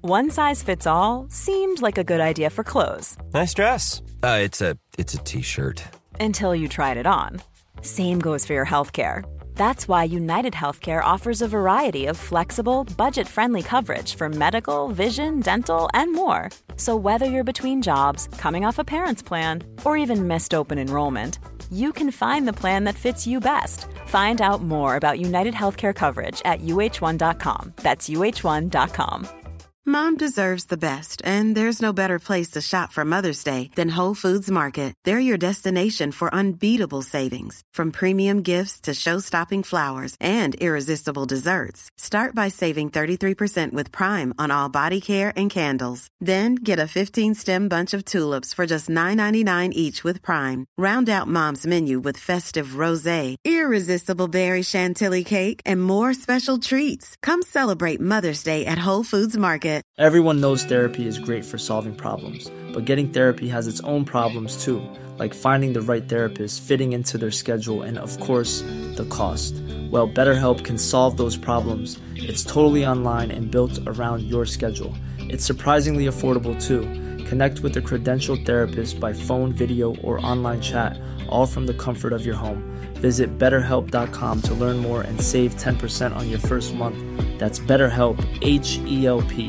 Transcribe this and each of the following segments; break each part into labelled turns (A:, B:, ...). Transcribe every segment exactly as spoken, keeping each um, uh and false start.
A: One size fits all seemed like a good idea for clothes.
B: Nice dress. Uh, it's a it's a t-shirt.
A: Until you tried it on. Same goes for your healthcare. That's why United Healthcare offers a variety of flexible, budget-friendly coverage for medical, vision, dental, and more. So whether you're between jobs, coming off a parent's plan, or even missed open enrollment, you can find the plan that fits you best. Find out more about United Healthcare coverage at U H one dot com. That's U H one dot com.
C: Mom deserves the best, and there's no better place to shop for Mother's Day than Whole Foods Market. They're your destination for unbeatable savings, from premium gifts to show-stopping flowers and irresistible desserts. Start by saving thirty-three percent with Prime on all body care and candles. Then get a fifteen-stem bunch of tulips for just nine ninety-nine each with Prime. Round out Mom's menu with festive rosé, irresistible berry chantilly cake, and more special treats. Come celebrate Mother's Day at Whole Foods Market.
D: Everyone knows therapy is great for solving problems, but getting therapy has its own problems too, like finding the right therapist, fitting into their schedule, and of course, the cost. Well, BetterHelp can solve those problems. It's totally online and built around your schedule. It's surprisingly affordable too. Connect with a credentialed therapist by phone, video, or online chat, all from the comfort of your home. Visit better help dot com to learn more and save ten percent on your first month. That's BetterHelp, H E L P.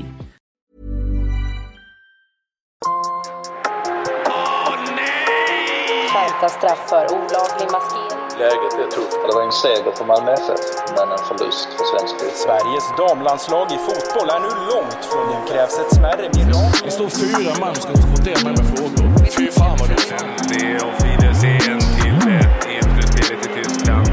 E: Skärpta straff för olaglig maskering.
F: Läget är tufft. Det var en seger för Malmö F F, men en förlust för svensk fotboll.
G: Sveriges damlandslag i fotboll är nu långt från det krävs ett smärre mirakel.
H: Det står fyra man ska inte få det med med frågor. Fy fan vad det är.
I: Det är och Fidersen till ett ett till Tyskland.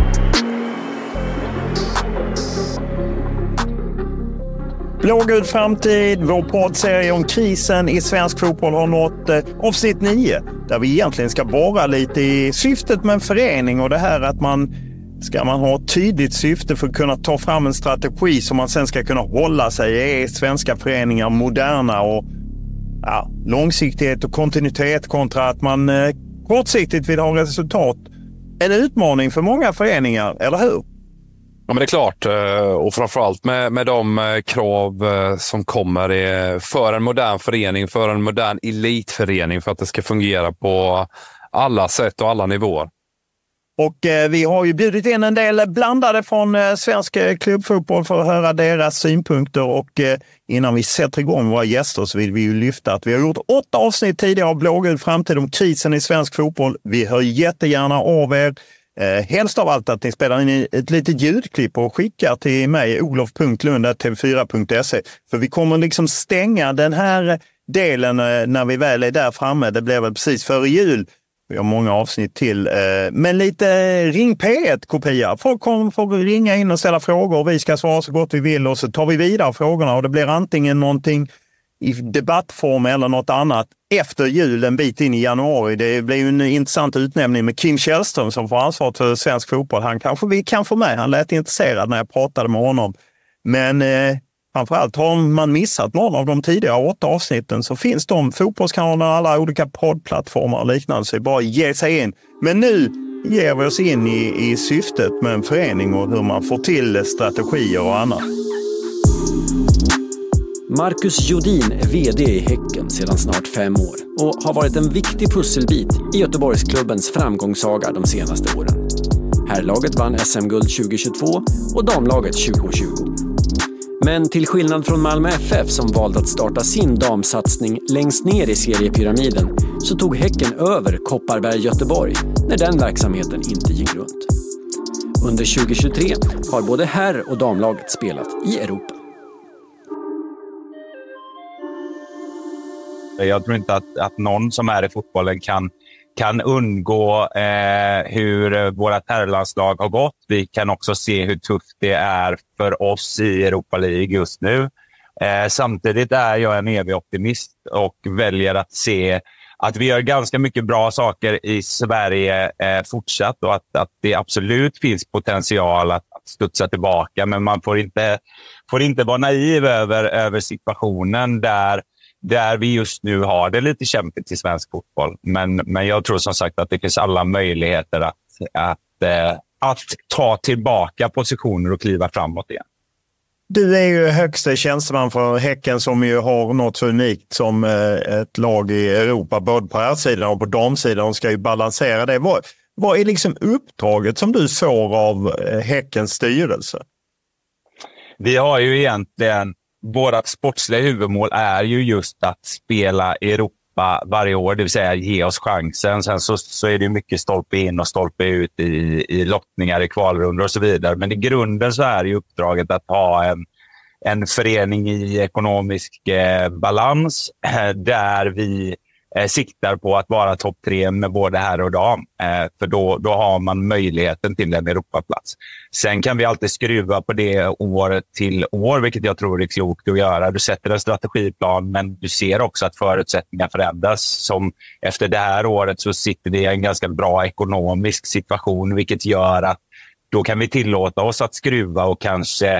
J: Blågul framtid, vår poddserie om krisen i svensk fotboll har nått eh, avsnitt nio. Där vi egentligen ska borra lite i syftet med en förening och det här att man ska man ha ett tydligt syfte för att kunna ta fram en strategi som man sen ska kunna hålla sig. Är svenska föreningar moderna och ja, långsiktighet och kontinuitet kontra att man eh, kortsiktigt vill ha resultat. En utmaning för många föreningar, eller hur?
K: Ja, men det är klart, och framförallt med, med de krav som kommer för en modern förening, för en modern elitförening, för att det ska fungera på alla sätt och alla nivåer.
J: Och eh, vi har ju bjudit in en del blandade från eh, svensk klubbfotboll för att höra deras synpunkter och eh, innan vi sätter igång våra gäster så vill vi ju lyfta att vi har gjort åtta avsnitt tidigare av Blågul framtid om krisen i svensk fotboll. Vi hör jättegärna av er. Eh, helst av allt att ni spelar in ett litet ljudklipp och skickar till mig olof punkt lund snabel-a t v fyra punkt se för vi kommer liksom stänga den här delen eh, när vi väl är där framme. Det blev väl precis före jul. Vi har många avsnitt till. Eh, men lite ring P ett-kopia. Folk kommer få ringa in och ställa frågor och vi ska svara så gott vi vill och så tar vi vidare frågorna och det blir antingen någonting i debattform eller något annat efter jul en bit in i januari. Det blir ju en intressant utnämning med Kim Källström som får ansvar för svensk fotboll. Han kanske vi kan få med. Han lät intresserad när jag pratade med honom. Men eh, framförallt har man missat någon av de tidigare åtta avsnitten så finns de fotbollskanalerna, alla olika poddplattformar och liknande så det är bara att ge sig in. Men nu ger vi oss in i, i syftet med en förening och hur man får till strategier och annat.
L: Marcus Jodin är vd i Häcken sedan snart fem år och har varit en viktig pusselbit i Göteborgsklubbens framgångssaga de senaste åren. Herrlaget vann S M-guld tjugohundratjugotvå och damlaget tjugohundratjugo. Men till skillnad från Malmö F F som valde att starta sin damsatsning längst ner i seriepyramiden så tog Häcken över Kopparberg Göteborg när den verksamheten inte gick runt. Under tjugohundratjugotre har både herr- och damlaget spelat i Europa.
M: Jag tror inte att, att någon som är i fotbollen kan, kan undgå eh, hur våra herrlandslag har gått. Vi kan också se hur tufft det är för oss i Europa League just nu. Eh, samtidigt är jag en evig optimist och väljer att se att vi gör ganska mycket bra saker i Sverige eh, fortsatt och att, att det absolut finns potential att, att studsa tillbaka. Men man får inte, får inte vara naiv över, över situationen där Där vi just nu har det lite kämpigt i svensk fotboll. Men, men jag tror som sagt att det finns alla möjligheter att, att, eh, att ta tillbaka positioner och kliva framåt igen.
J: Du är ju högsta tjänsteman för Häcken som ju har något så unikt som ett lag i Europa, både på här sidan och på damsidan. De ska ju balansera det. Vad, vad är liksom uppdraget som du får av Häckens styrelse?
M: Vi har ju egentligen, vårt sportsliga huvudmål är ju just att spela Europa varje år, det vill säga ge oss chansen. Sen så, så är det mycket stolpe in och stolpe ut i, i lottningar, i kvalrundor och så vidare. Men i grunden så är ju uppdraget att ha en, en förening i ekonomisk eh, balans eh, där vi eh, siktar på att vara topp tre med både herr och dam. Eh, för då, då har man möjligheten till en Europaplats. Sen kan vi alltid skruva på det år till år, vilket jag tror är klokt att göra. Du sätter en strategiplan, men du ser också att förutsättningar förändras. Som efter det här året så sitter vi i en ganska bra ekonomisk situation, vilket gör att då kan vi tillåta oss att skruva och kanske,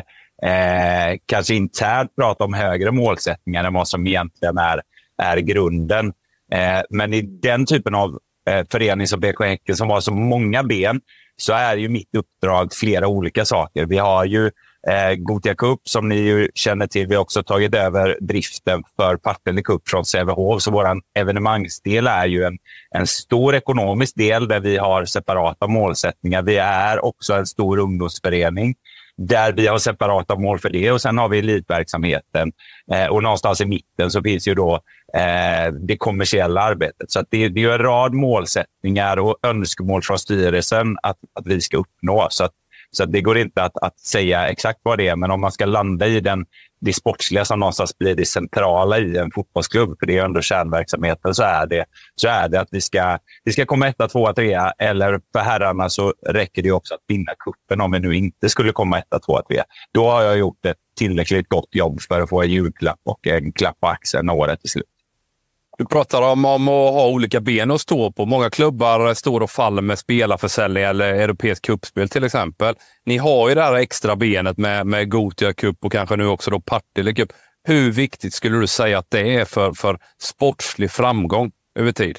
M: eh, kanske internt prata om högre målsättningar än vad som egentligen är, är grunden. Eh, men i den typen av eh, förening som B K Häcken som har så många ben, så är ju mitt uppdrag flera olika saker. Vi har ju eh, Gothia Cup som ni ju känner till. Vi har också tagit över driften för Partille Cup från Sävehof. Så vår evenemangsdel är ju en, en stor ekonomisk del där vi har separata målsättningar. Vi är också en stor ungdomsförening där vi har separata mål för det. Och sen har vi elitverksamheten. Eh, och någonstans i mitten så finns ju då eh, det kommersiella arbetet. Så att det, det är en rad målsättningar och önskemål från styrelsen att, att vi ska uppnå. Så att, så att det går inte att, att säga exakt vad det är. Men om man ska landa i den, det sportsliga som någonstans blir det centrala i en fotbollsklubb, för det är ändå kärnverksamheten, så är det, så är det att vi ska, vi ska komma etta, tvåa, trea. Eller för herrarna så räcker det också att vinna kuppen om vi nu inte skulle komma etta, tvåa, trea. Då har jag gjort ett tillräckligt gott jobb för att få en julklapp och en klapp på axeln året till slut.
K: Du pratar om, om att ha olika ben att stå på. Många klubbar står och faller med spelarförsäljning eller europeisk cupspel till exempel. Ni har ju det här extra benet med, med Gothia Cup och kanske nu också då Partille Cup. Hur viktigt skulle du säga att det är för, för sportslig framgång över tid?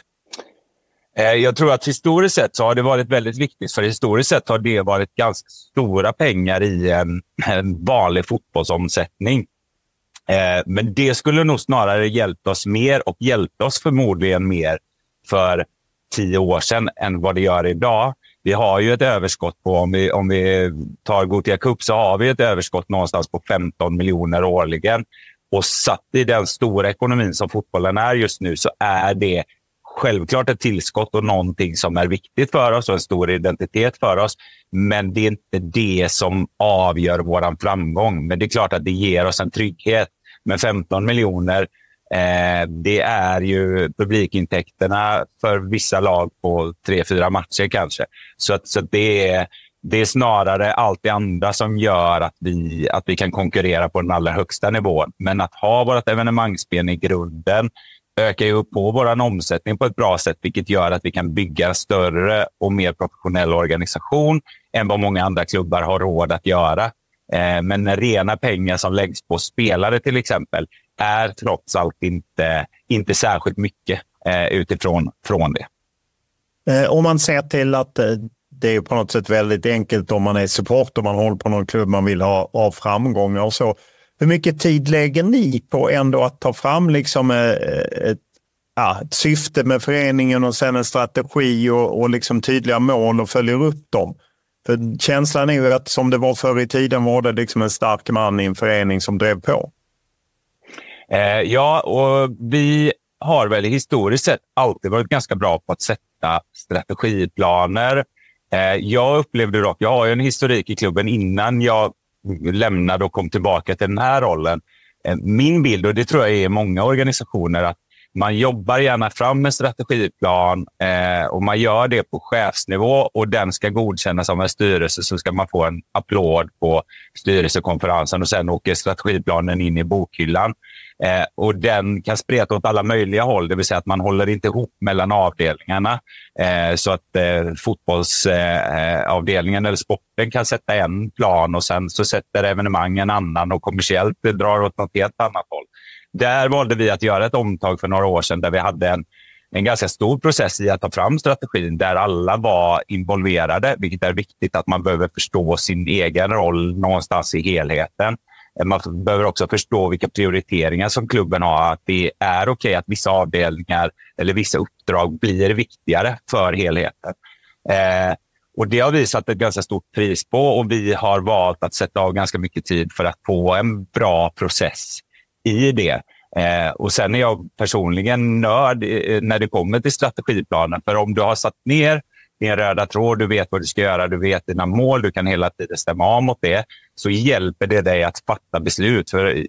M: Jag tror att historiskt sett så har det varit väldigt viktigt. För historiskt sett har det varit ganska stora pengar i en, en vanlig fotbollsomsättning. Eh, men det skulle nog snarare hjälpt oss mer och hjälpt oss förmodligen mer för tio år sedan än vad det gör idag. Vi har ju ett överskott på, om vi, om vi tar Gothia Cup så har vi ett överskott någonstans på femton miljoner årligen. Och satt i den stora ekonomin som fotbollen är just nu så är det självklart ett tillskott och någonting som är viktigt för oss och en stor identitet för oss. Men det är inte det som avgör våran framgång. Men det är klart att det ger oss en trygghet. Men femton miljoner, eh, det är ju publikintäkterna för vissa lag på tre, fyra matcher kanske. Så, att, så att det, är, det är snarare allt det andra som gör att vi, att vi kan konkurrera på den allra högsta nivån. Men att ha vårt evenemangsben i grunden ökar ju upp på vår omsättning på ett bra sätt, vilket gör att vi kan bygga en större och mer professionell organisation än vad många andra klubbar har råd att göra. Eh, men rena pengar som läggs på spelare till exempel är trots allt inte, inte särskilt mycket eh, utifrån från det.
J: Eh, om man ser till att eh, det är på något sätt väldigt enkelt om man är support och man håller på någon klubb man vill ha av framgångar och så. Hur mycket tid lägger ni på ändå att ta fram liksom ett, ja, ett syfte med föreningen och sen en strategi och, och liksom tydliga mål och följer upp dem? För känslan är ju att som det var förr i tiden var det liksom en stark man i en förening som drev på.
M: Eh, ja, och vi har väl historiskt sett alltid varit ganska bra på att sätta strategiplaner. Eh, jag upplevde dock, jag har ju en historik i klubben innan jag lämnade och kom tillbaka till den här rollen. Min bild, och det tror jag är många organisationer, att man jobbar gärna fram en strategiplan eh, och man gör det på chefsnivå och den ska godkännas av en styrelse, så ska man få en applåd på styrelsekonferensen och sen åker strategiplanen in i bokhyllan. Eh, och den kan spreta åt alla möjliga håll, det vill säga att man håller inte ihop mellan avdelningarna eh, så att eh, fotbollsavdelningen eh, eller sporten kan sätta en plan och sen så sätter evenemang en annan och kommersiellt drar åt något helt annat håll. Där valde vi att göra ett omtag för några år sedan där vi hade en, en ganska stor process i att ta fram strategin där alla var involverade, vilket är viktigt att man behöver förstå sin egen roll någonstans i helheten. Man behöver också förstå vilka prioriteringar som klubben har. Att det är okej att vissa avdelningar eller vissa uppdrag blir viktigare för helheten. Eh, och det har vi satt ett ganska stort pris på, och vi har valt att sätta av ganska mycket tid för att få en bra process i det. Eh, och sen är jag personligen nörd eh, när det kommer till strategiplanen. För om du har satt ner din röda tråd, du vet vad du ska göra, du vet dina mål, du kan hela tiden stämma av mot det, så hjälper det dig att fatta beslut. För i,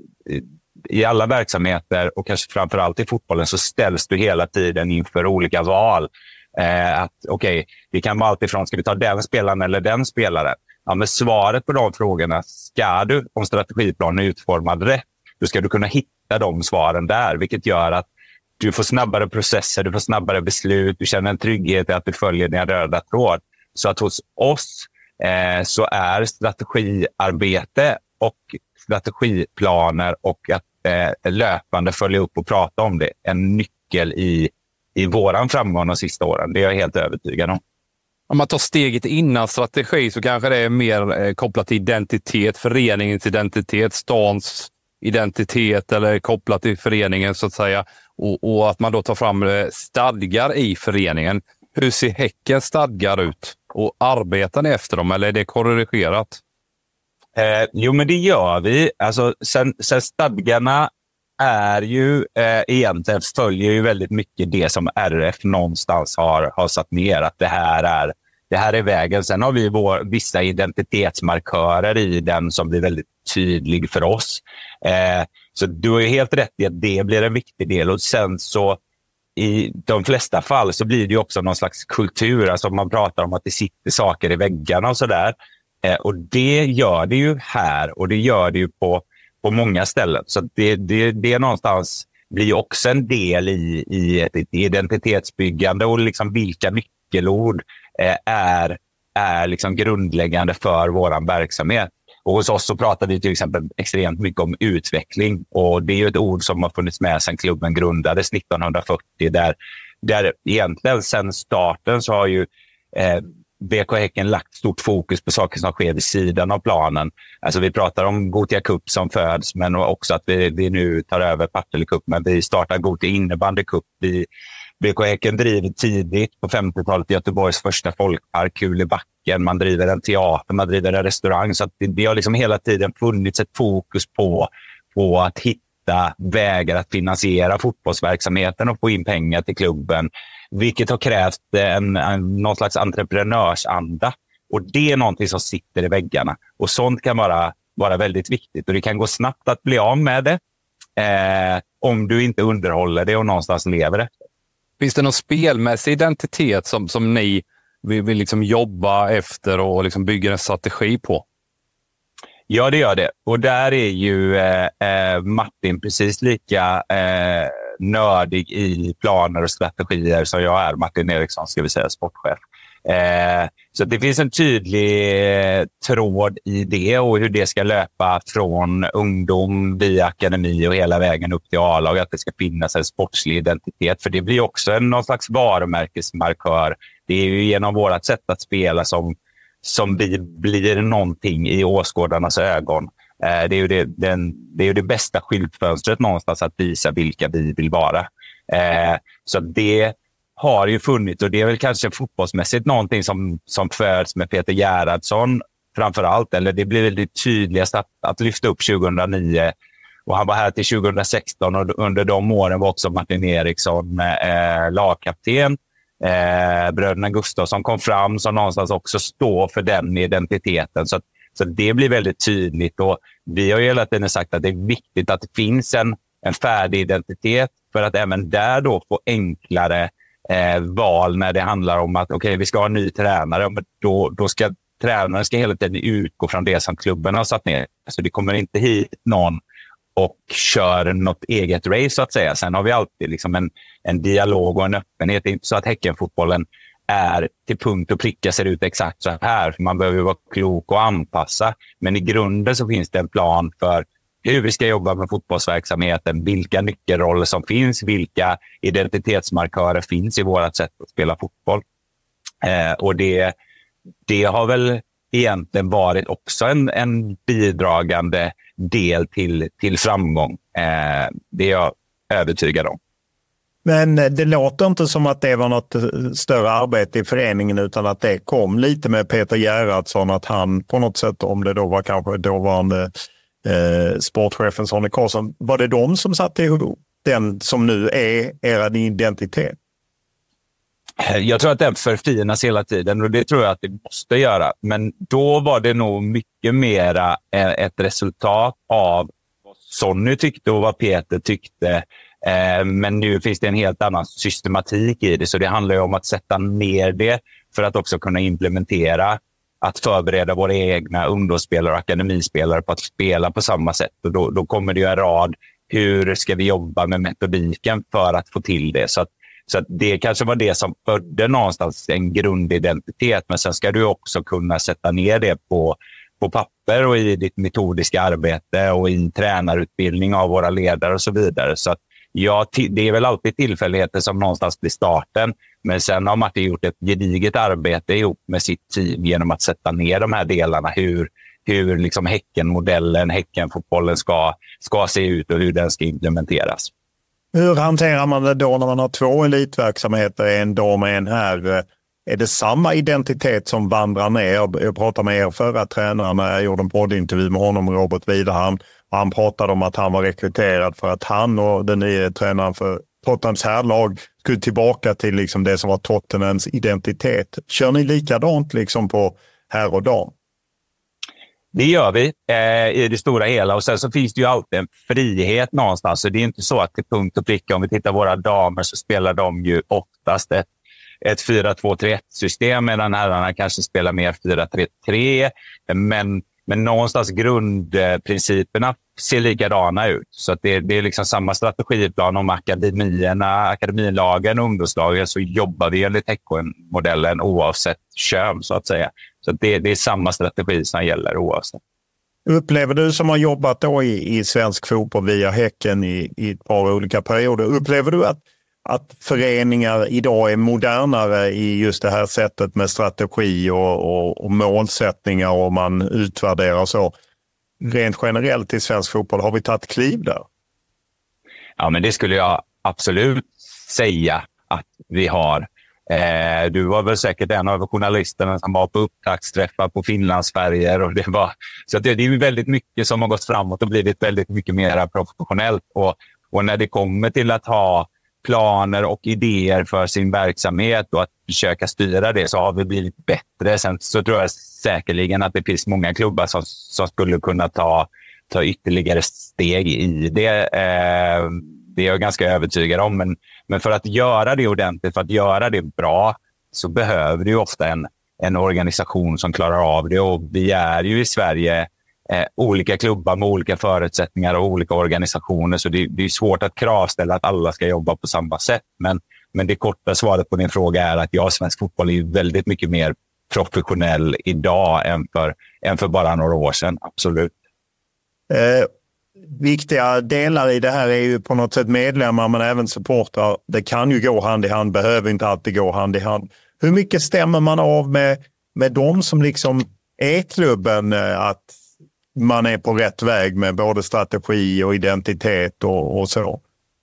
M: i alla verksamheter, och kanske framförallt i fotbollen, så ställs du hela tiden inför olika val. Eh, att okej, okay, det kan vara allt ifrån, ska vi ta den spelaren eller den spelaren? Ja, men svaret på de frågorna, ska du, om strategiplanen är utformad rätt, då ska du kunna hitta de svaren där, vilket gör att du får snabbare processer, du får snabbare beslut, du känner en trygghet i att du följer din röda tråd. Så att hos oss eh, så är strategiarbete och strategiplaner och att eh, löpande följa upp och prata om det en nyckel i, i våran framgång de sista åren. Det är jag helt övertygad om.
K: Om man tar steget innan strategi så kanske det är mer eh, kopplat till identitet, föreningens identitet, stans identitet eller kopplat till föreningen så att säga. Och, och att man då tar fram stadgar i föreningen. Hur ser Häckens stadgar ut? Och arbetar ni efter dem eller är det korrigerat?
M: Eh, jo, men det gör vi. Alltså, sen, sen stadgarna är ju eh, egentligen följer ju väldigt mycket det som R F någonstans har, har satt ner. Att det här är, det här är vägen. Sen har vi vår, vissa identitetsmarkörer i den som blir väldigt tydlig för oss. Eh, så du har ju helt rätt i att det blir en viktig del. Och sen så i de flesta fall så blir det ju också någon slags kultur. Alltså man pratar om att det sitter saker i väggarna och sådär. Eh, och det gör det ju här och det gör det ju på, på många ställen. Så det, det, det någonstans blir också en del i, i ett, ett identitetsbyggande och liksom vilka nyckelord eh, är, är liksom grundläggande för vår verksamhet. Och hos oss så pratar vi till exempel extremt mycket om utveckling. Och det är ju ett ord som har funnits med sedan klubben grundades nittonhundrafyrtio. Där, där egentligen sedan starten så har ju eh, B K Häcken lagt stort fokus på saker som sker vid sidan av planen. Alltså vi pratar om Gothia Cup som föds, men också att vi, vi nu tar över Partille Cup. Men vi startar Gothia Innebandy Cup. Vi, B K Häcken driver tidigt på femtiotalet Göteborgs första folkpark, Kul i backen. Man driver en teater, man driver en restaurang. Så att det, det har liksom hela tiden funnits ett fokus på, på att hitta vägar att finansiera fotbollsverksamheten och få in pengar till klubben. Vilket har krävt en, en, någon slags entreprenörsanda. Och det är någonting som sitter i väggarna. Och sånt kan vara, vara väldigt viktigt. Och det kan gå snabbt att bli av med det eh, om du inte underhåller det och någonstans lever efter.
K: Finns det någon spelmässig identitet som, som ni vill, vill liksom jobba efter och liksom bygga en strategi på?
M: Ja, det gör det. Och där är ju eh, Martin precis lika eh, nördig i planer och strategier som jag är. Martin Eriksson, ska vi säga, sportchef. Eh, så det finns en tydlig eh, tråd i det och hur det ska löpa från ungdom via akademi och hela vägen upp till A-lag. Att det ska finnas en sportslig identitet. För det blir också en, någon slags varumärkesmarkör. Det är ju genom vårt sätt att spela som som blir, blir någonting i åskådarnas ögon. Eh, det, är ju det, den, det är ju det bästa skyltfönstret någonstans att visa vilka vi vill vara. Eh, så det har ju funnits och det är väl kanske fotbollsmässigt någonting som, som föds med Peter Gerhardsson framförallt. Eller det blir väldigt tydligast att, att lyfta upp tjugohundranio och han var här till tjugohundrasexton och under de åren var också Martin Eriksson eh, lagkapten. Eh, bröderna Gustafsson kom fram som någonstans också står för den identiteten. Så, så det blir väldigt tydligt och vi har ju hela tiden sagt att det är viktigt att det finns en, en färdig identitet för att även där då få enklare eh, val när det handlar om att okej, okay, vi ska ha en ny tränare, men då, då ska tränaren ska hela tiden utgå från det som klubben har satt ner. Så det kommer inte hit någon och kör något eget race så att säga. Sen har vi alltid liksom en, en dialog och en öppenhet. Det är inte så att Häckenfotbollen är till punkt och pricka ser ut exakt så här. Man behöver vara klok och anpassa. Men i grunden så finns det en plan för hur vi ska jobba med fotbollsverksamheten. Vilka nyckelroller som finns. Vilka identitetsmarkörer finns i vårt sätt att spela fotboll. Eh, och det, det har väl egentligen varit också en, en bidragande del till, till framgång. Eh, det är jag övertygad om.
J: Men det låter inte som att det var något större arbete i föreningen, utan att det kom lite med Peter Gerhardsson, att han på något sätt, om det då var kanske dåvarande eh, sportchefen Sonny Karlsson, var det de som satte ihop den som nu är er identitet?
M: Jag tror att den förfinas hela tiden, och det tror jag att det måste göra. Men då var det nog mycket mera ett resultat av vad Sonny tyckte och vad Peter tyckte. Men nu finns det en helt annan systematik i det, så det handlar ju om att sätta ner det för att också kunna implementera, att förbereda våra egna ungdomsspelare och akademispelare på att spela på samma sätt. Och då, då kommer det ju en rad, hur ska vi jobba med metodiken för att få till det? Så att, så att det kanske var det som födde någonstans en grundidentitet, men sen ska du också kunna sätta ner det på, på papper och i ditt metodiska arbete och i tränarutbildning av våra ledare och så vidare. Så att ja, det är väl alltid tillfälligheter som någonstans blir starten. Men sen har Martin gjort ett gediget arbete ihop med sitt team genom att sätta ner de här delarna. Hur, hur liksom Häcken-modellen, Häcken-fotbollen ska, ska se ut och hur den ska implementeras.
J: Hur hanterar man det då när man har två elitverksamheter, en dam och en här? Är det samma identitet som vandrar ner? Jag pratade med er förra tränaren när jag gjorde en poddintervju med honom, Robert Widerhamn. Han pratade om att han var rekryterad för att han och den nya tränaren för Tottenhams herrlag skulle tillbaka till liksom det som var Tottenhams identitet. Kör ni likadant liksom på herr och dam?
M: Det gör vi eh, i det stora hela, och sen så finns det ju alltid en frihet någonstans. Så det är inte så att till punkt och pricka, om vi tittar våra damer så spelar de ju oftast ett, ett fyra två tre ett-system, medan herrarna kanske spelar mer fyra tre tre, men Men någonstans grundprinciperna ser likadana ut. Så att det, det är liksom samma strategiplan om akademierna, akademilagen och ungdomslagen, så jobbar vi enligt Häcken-modellen oavsett kön så att säga. Så att det, det är samma strategi som gäller oavsett.
J: Upplever du som har jobbat då i, i svensk fotboll via Häcken i, i ett par olika perioder, upplever du att att föreningar idag är modernare i just det här sättet med strategi och, och, och målsättningar, och man utvärderar så? Rent generellt i svensk fotboll, har vi tagit kliv där?
M: Ja, men det skulle jag absolut säga att vi har. Eh, du var väl säkert en av journalisterna som var på upptaktsträffar på Finlandsfärger, och det var så att det, det är väldigt mycket som har gått framåt och blivit väldigt mycket mer professionellt, och, och när det kommer till att ha planer och idéer för sin verksamhet och att försöka styra det, så har vi blivit bättre. Sen så tror jag säkerligen att det finns många klubbar som, som skulle kunna ta, ta ytterligare steg i det. Eh, det är jag ganska övertygad om. Men, men för att göra det ordentligt, för att göra det bra, så behöver du ofta en, en organisation som klarar av det. Och vi är ju i Sverige Eh, olika klubbar med olika förutsättningar och olika organisationer, så det, det är svårt att kravställa att alla ska jobba på samma sätt. Men, men det korta svaret på din fråga är att ja, svensk fotboll är ju väldigt mycket mer professionell idag än för, än för bara några år sedan, absolut.
J: Eh, viktiga delar i det här är ju på något sätt medlemmar, men även supportrar. Det kan ju gå hand i hand, behöver inte alltid gå hand i hand. Hur mycket stämmer man av med, med dem som liksom är klubben, att man är på rätt väg med både strategi och identitet och, och så?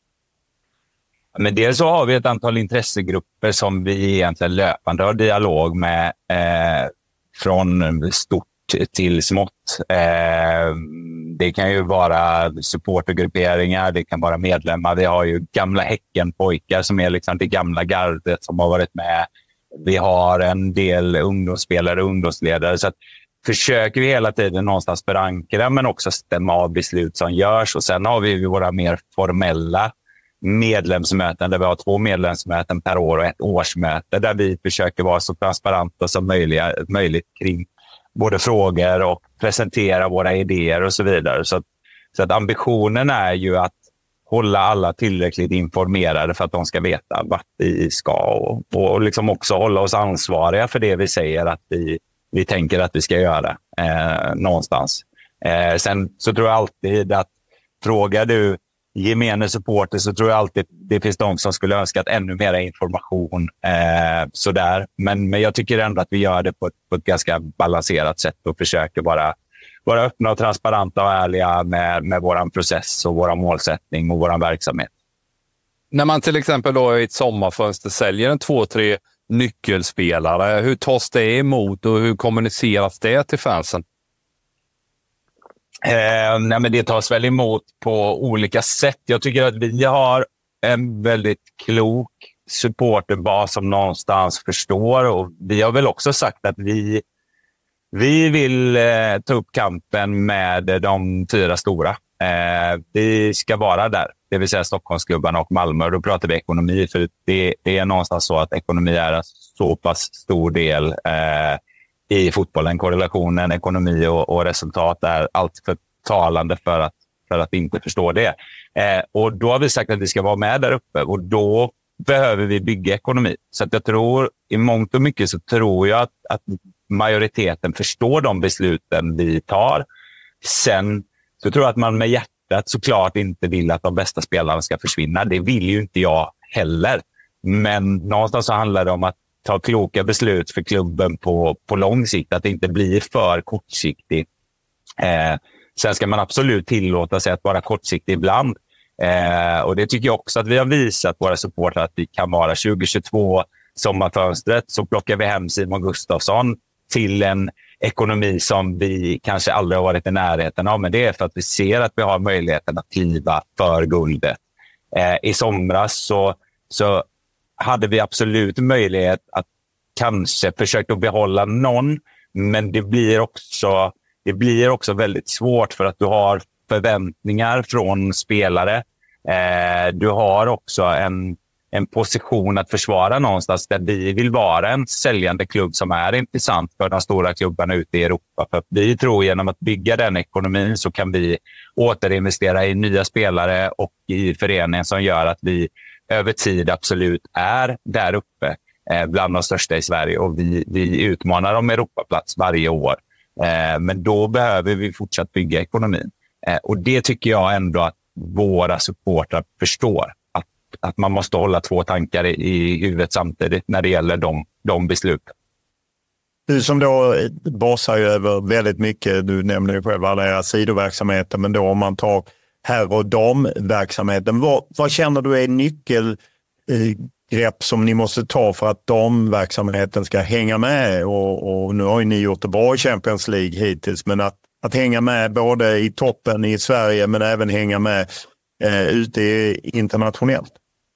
M: Men dels så har vi ett antal intressegrupper som vi egentligen löpande har dialog med, eh, från stort till smått. Eh, det kan ju vara supportergrupperingar, det kan vara medlemmar. Vi har ju gamla Häckenpojkar som är liksom det gamla gardet som har varit med. Vi har en del ungdomsspelare och ungdomsledare, så att försöker vi hela tiden någonstans förankra, men också stämma av beslut som görs. Och sen har vi våra mer formella medlemsmöten där vi har två medlemsmöten per år och ett årsmöte där vi försöker vara så transparenta som möjliga, möjligt kring både frågor och presentera våra idéer och så vidare. Så att, så att ambitionen är ju att hålla alla tillräckligt informerade för att de ska veta vart vi ska, och, och liksom också hålla oss ansvariga för det vi säger att vi vi tänker att vi ska göra eh, någonstans. Eh, sen så tror jag alltid att frågar du gemene supporter, så tror jag alltid det finns de som skulle önska att ännu mer information eh, sådär. Men, men jag tycker ändå att vi gör det på ett, på ett ganska balanserat sätt och försöker vara, vara öppna och transparenta och ärliga med, med vår process och vår målsättning och vår verksamhet.
K: När man till exempel då i ett sommarfönster säljer en två, tre nyckelspelare, hur tas det emot och hur kommuniceras det till fansen?
M: Eh, nej men det tas väl emot på olika sätt. Jag tycker att vi har en väldigt klok supporterbas som någonstans förstår, och vi har väl också sagt att vi, vi vill eh, ta upp kampen med de fyra stora. Eh, vi ska vara där, det vill säga Stockholmsklubbarna och Malmö. Då pratar vi ekonomi, för det, det är någonstans så att ekonomi är en så pass stor del eh, i fotbollen. Korrelationen, ekonomi och, och resultat är allt för talande för att, för att inte förstå det. Eh, och då har vi sagt att vi ska vara med där uppe, och då behöver vi bygga ekonomi. Så att jag tror, i mångt och mycket så tror jag att, att majoriteten förstår de besluten vi tar. Sen så tror jag att man med hjärtat såklart inte vill att de bästa spelarna ska försvinna. Det vill ju inte jag heller. Men någonstans så handlar det om att ta kloka beslut för klubben på, på lång sikt. Att det inte blir för kortsiktigt. Eh, sen ska man absolut tillåta sig att vara kortsiktig ibland. Eh, och det tycker jag också att vi har visat våra supportrar att vi kan vara. tjugo tjugotvå, sommarfönstret, så plockar vi hem Simon Gustafsson till en ekonomi som vi kanske aldrig har varit i närheten av. Men det är för att vi ser att vi har möjligheten att kliva för guldet. Eh, I somras så, så hade vi absolut möjlighet att kanske försöka behålla någon. Men det blir också, det blir också väldigt svårt, för att du har förväntningar från spelare. Eh, du har också en, en position att försvara någonstans, där vi vill vara en säljande klubb som är intressant för de stora klubbarna ute i Europa. För vi tror genom att bygga den ekonomin så kan vi återinvestera i nya spelare och i föreningen som gör att vi över tid absolut är där uppe eh, bland de största i Sverige, och vi, vi utmanar om Europaplats varje år. Eh, men då behöver vi fortsatt bygga ekonomin. Eh, och det tycker jag ändå att våra supportrar förstår. Att, att man måste hålla två tankar i, i huvudet samtidigt när det gäller de, de besluten.
J: Du som då basar ju över väldigt mycket, du nämnde ju själv alla era sidoverksamheter, men då om man tar herr- och damverksamheten, vad, vad känner du är nyckelgrepp som ni måste ta för att damverksamheten ska hänga med? Och, och nu har ju ni gjort det bra i Champions League hittills, men att, att hänga med både i toppen i Sverige men även hänga med eh, ute internationellt?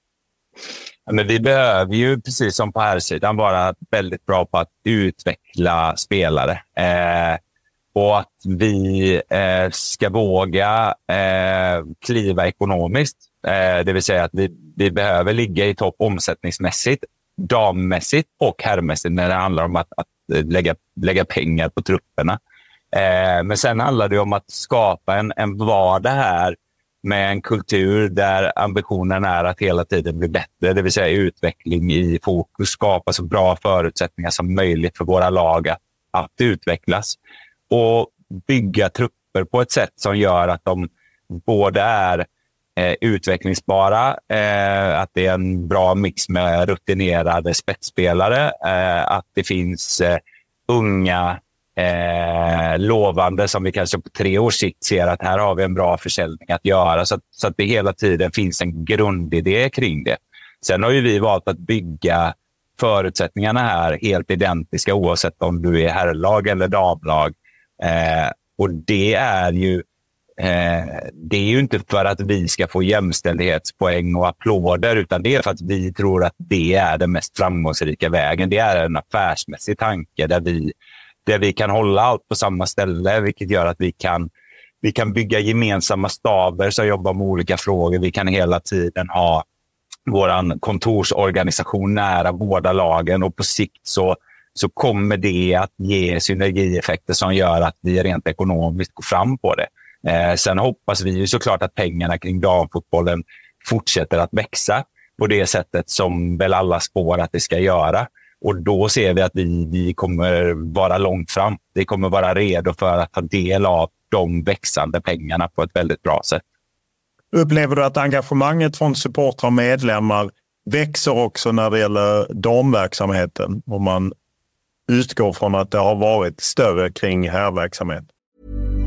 M: Men vi behöver ju, precis som på här sidan, vara väldigt bra på att utveckla spelare. Eh, och att vi eh, ska våga eh, kliva ekonomiskt. Eh, det vill säga att vi, vi behöver ligga i topp omsättningsmässigt, dammässigt och herrmässigt när det handlar om att, att lägga, lägga pengar på trupperna. Eh, men sen handlar det om att skapa en, en vardag här med en kultur där ambitionen är att hela tiden bli bättre. Det vill säga utveckling i fokus, skapa så bra förutsättningar som möjligt för våra lag att, att utvecklas. Och bygga trupper på ett sätt som gör att de både är eh, utvecklingsbara, eh, att det är en bra mix med rutinerade spetsspelare, eh, att det finns eh, unga Eh, lovande som vi kanske på tre års sikt ser att här har vi en bra försäljning att göra, så att, så att det hela tiden finns en grundidé kring det. Sen har ju vi valt att bygga förutsättningarna här helt identiska oavsett om du är herrlag eller damlag. Eh, och det är ju eh, det är ju inte för att vi ska få jämställdhetspoäng och applåder, utan det är för att vi tror att det är den mest framgångsrika vägen. Det är en affärsmässig tanke där vi där vi kan hålla allt på samma ställe, vilket gör att vi kan, vi kan bygga gemensamma staber som jobbar med olika frågor. Vi kan hela tiden ha vår kontorsorganisation nära båda lagen, och på sikt så, så kommer det att ge synergieffekter som gör att vi rent ekonomiskt går fram på det. Eh, sen hoppas vi ju såklart att pengarna kring damfotbollen fortsätter att växa på det sättet som väl alla spår att det ska göra. Och då ser vi att vi, vi kommer vara långt fram. Vi kommer vara redo för att ta del av de växande pengarna på ett väldigt bra sätt.
J: Upplever du att engagemanget från supportrar och medlemmar växer också när det gäller damverksamheten? Om man utgår från att det har varit större kring herrverksamhet.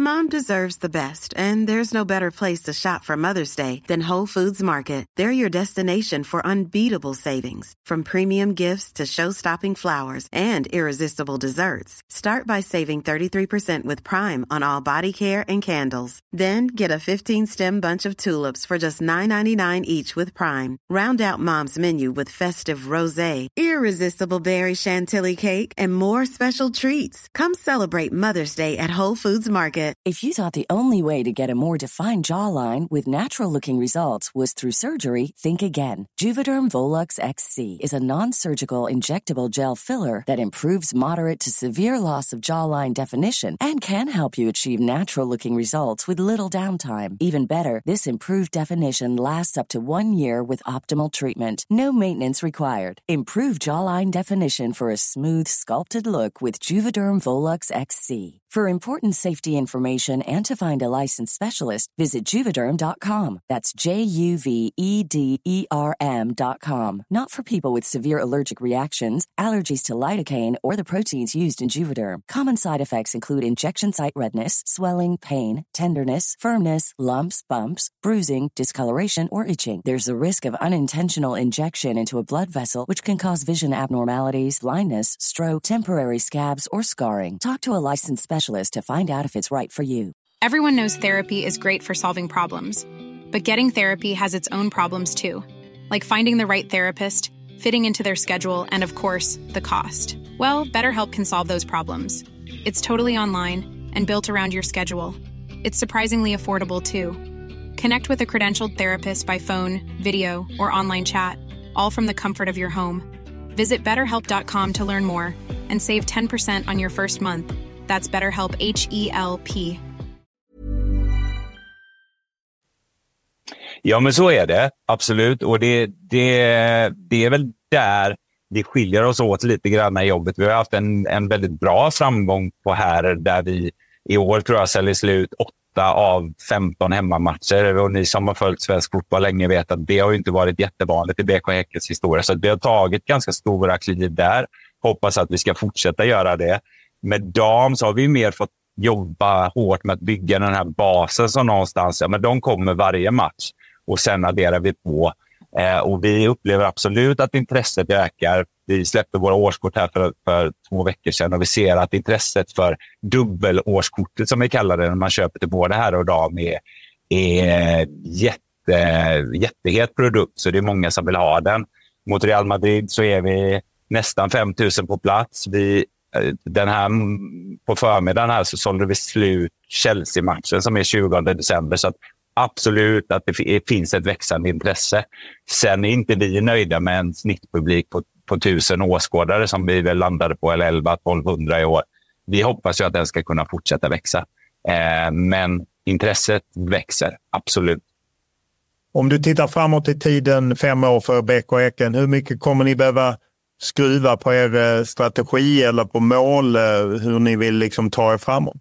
C: Mom deserves the best, and there's no better place to shop for Mother's Day than Whole Foods Market. They're your destination for unbeatable savings, from premium gifts to show-stopping flowers and irresistible desserts. Start by saving thirty-three percent with Prime on all body care and candles. Then get a fifteen-stem bunch of tulips for just nine ninety-nine each with Prime. Round out Mom's menu with festive rosé, irresistible berry chantilly cake, and more special treats. Come celebrate Mother's Day at Whole Foods Market.
N: If you thought the only way to get a more defined jawline with natural-looking results was through surgery, think again. Juvederm Volux X C is a non-surgical injectable gel filler that improves moderate to severe loss of jawline definition and can help you achieve natural-looking results with little downtime. Even better, this improved definition lasts up to one year with optimal treatment. No maintenance required. Improve jawline definition for a smooth, sculpted look with Juvederm Volux X C. For important safety information and to find a licensed specialist, visit Juvederm dot com. That's J U V E D E R M dot com. Not for people with severe allergic reactions, allergies to lidocaine, or the proteins used in Juvederm. Common side effects include injection site redness, swelling, pain, tenderness, firmness, lumps, bumps, bruising, discoloration, or itching. There's a risk of unintentional injection into a blood vessel, which can cause vision abnormalities, blindness, stroke, temporary scabs, or scarring. Talk to a licensed specialist to find out if it's right for you.
O: Everyone knows therapy is great for solving problems, but getting therapy has its own problems too, like finding the right therapist, fitting into their schedule, and of course, the cost. Well, BetterHelp can solve those problems. It's totally online and built around your schedule. It's surprisingly affordable too. Connect with a credentialed therapist by phone, video, or online chat, all from the comfort of your home. Visit better help dot com to learn more and save ten percent on your first month. That's BetterHelp, H E L P.
M: Ja, men så är det. Absolut. Och det, det, det är väl där vi skiljer oss åt lite grann i jobbet. Vi har haft en, en väldigt bra framgång på här där vi i år tror jag säljer slut åtta av femton hemmamatcher. Och ni som har följt svensk fotboll länge vet att det har ju inte varit jättevanligt i B K Häckens historia. Så vi har tagit ganska stora kliv där. Hoppas att vi ska fortsätta göra det. Med dam så har vi mer fått jobba hårt med att bygga den här basen som någonstans, ja, men de kommer varje match och sen adderar vi på. Eh, och vi upplever absolut att intresset ökar. Vi släppte våra årskort här för, för två veckor sedan och vi ser att intresset för dubbelårskortet som vi kallar det när man köper till både här och dam är, är jätte, jättehet produkt, så det är många som vill ha den. Mot Real Madrid så är vi nästan fem tusen på plats. Vi Den här, på förmiddagen här så sålde vi slut Chelsea-matchen som är tjugonde december, så att absolut att det finns ett växande intresse. Sen är inte vi nöjda med en snittpublik på, på tusen åskådare som vi väl landade på, eller elva till tolvhundra i år. Vi hoppas ju att den ska kunna fortsätta växa. Eh, men intresset växer, absolut.
J: Om du tittar framåt i tiden, fem år för B K Häcken, hur mycket kommer ni behöva skruva på er strategi eller på mål, hur ni vill liksom ta er framåt?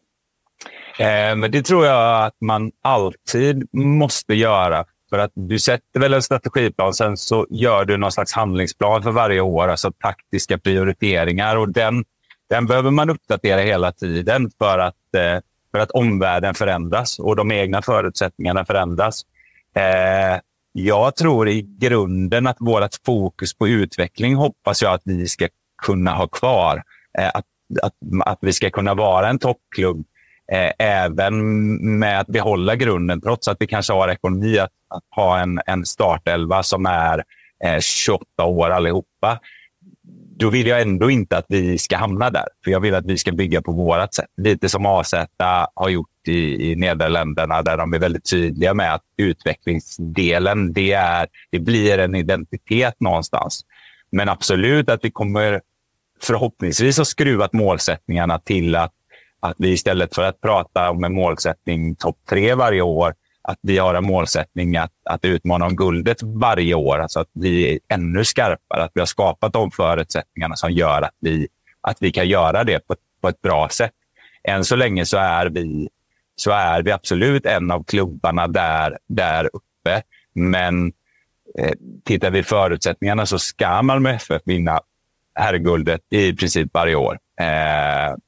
M: Eh, men det tror jag att man alltid måste göra. För att du sätter väl en strategiplan, sen så gör du någon slags handlingsplan för varje år, alltså taktiska prioriteringar. Och den, den behöver man uppdatera hela tiden för att, eh, för att omvärlden förändras och de egna förutsättningarna förändras. Eh, Jag tror i grunden att vårt fokus på utveckling hoppas jag att vi ska kunna ha kvar. Eh, att, att, att vi ska kunna vara en toppklubb eh, även med att behålla grunden, trots att vi kanske har ekonomi att, att ha en, en startelva som är eh, tjugoåtta år allihopa. Då vill jag ändå inte att vi ska hamna där. För jag vill att vi ska bygga på vårat sätt. Lite som A Z har gjort i, i Nederländerna, där de är väldigt tydliga med att utvecklingsdelen, det, är, det blir en identitet någonstans. Men absolut att vi kommer förhoppningsvis att skruva målsättningarna till att, att vi istället för att prata om en målsättning topp tre varje år, att vi har en målsättning att, att utmana om guldet varje år. Alltså att vi är ännu skarpare, att vi har skapat de förutsättningarna som gör att vi, att vi kan göra det på, på ett bra sätt. Än så länge så är vi, så är vi absolut en av klubbarna där, där uppe. Men eh, tittar vi förutsättningarna så ska Malmö F F vinna herrguldet i princip varje år. Eh,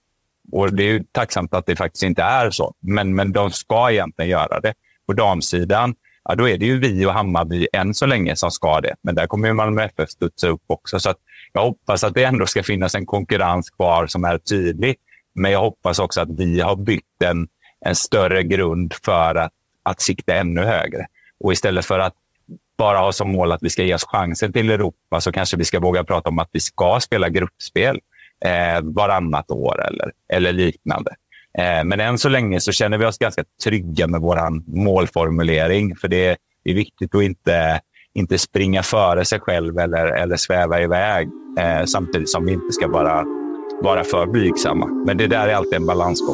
M: Och det är ju tacksamt att det faktiskt inte är så. Men, men de ska egentligen göra det. På damsidan, ja, då är det ju vi och Hammarby än så länge som ska det. Men där kommer ju Malmö F F studsa upp också. Så att jag hoppas att det ändå ska finnas en konkurrens kvar som är tydlig. Men jag hoppas också att vi har byggt en, en större grund för att, att sikta ännu högre. Och istället för att bara ha som mål att vi ska ge oss chansen till Europa, så kanske vi ska våga prata om att vi ska spela gruppspel eh, varannat år eller, eller liknande. Eh, men än så länge så känner vi oss ganska trygga med våran målformulering, för det är, det är viktigt att inte, inte springa före sig själv eller, eller sväva iväg, eh, samtidigt som vi inte ska bara vara för blygsamma. Men det där är alltid en balansgång.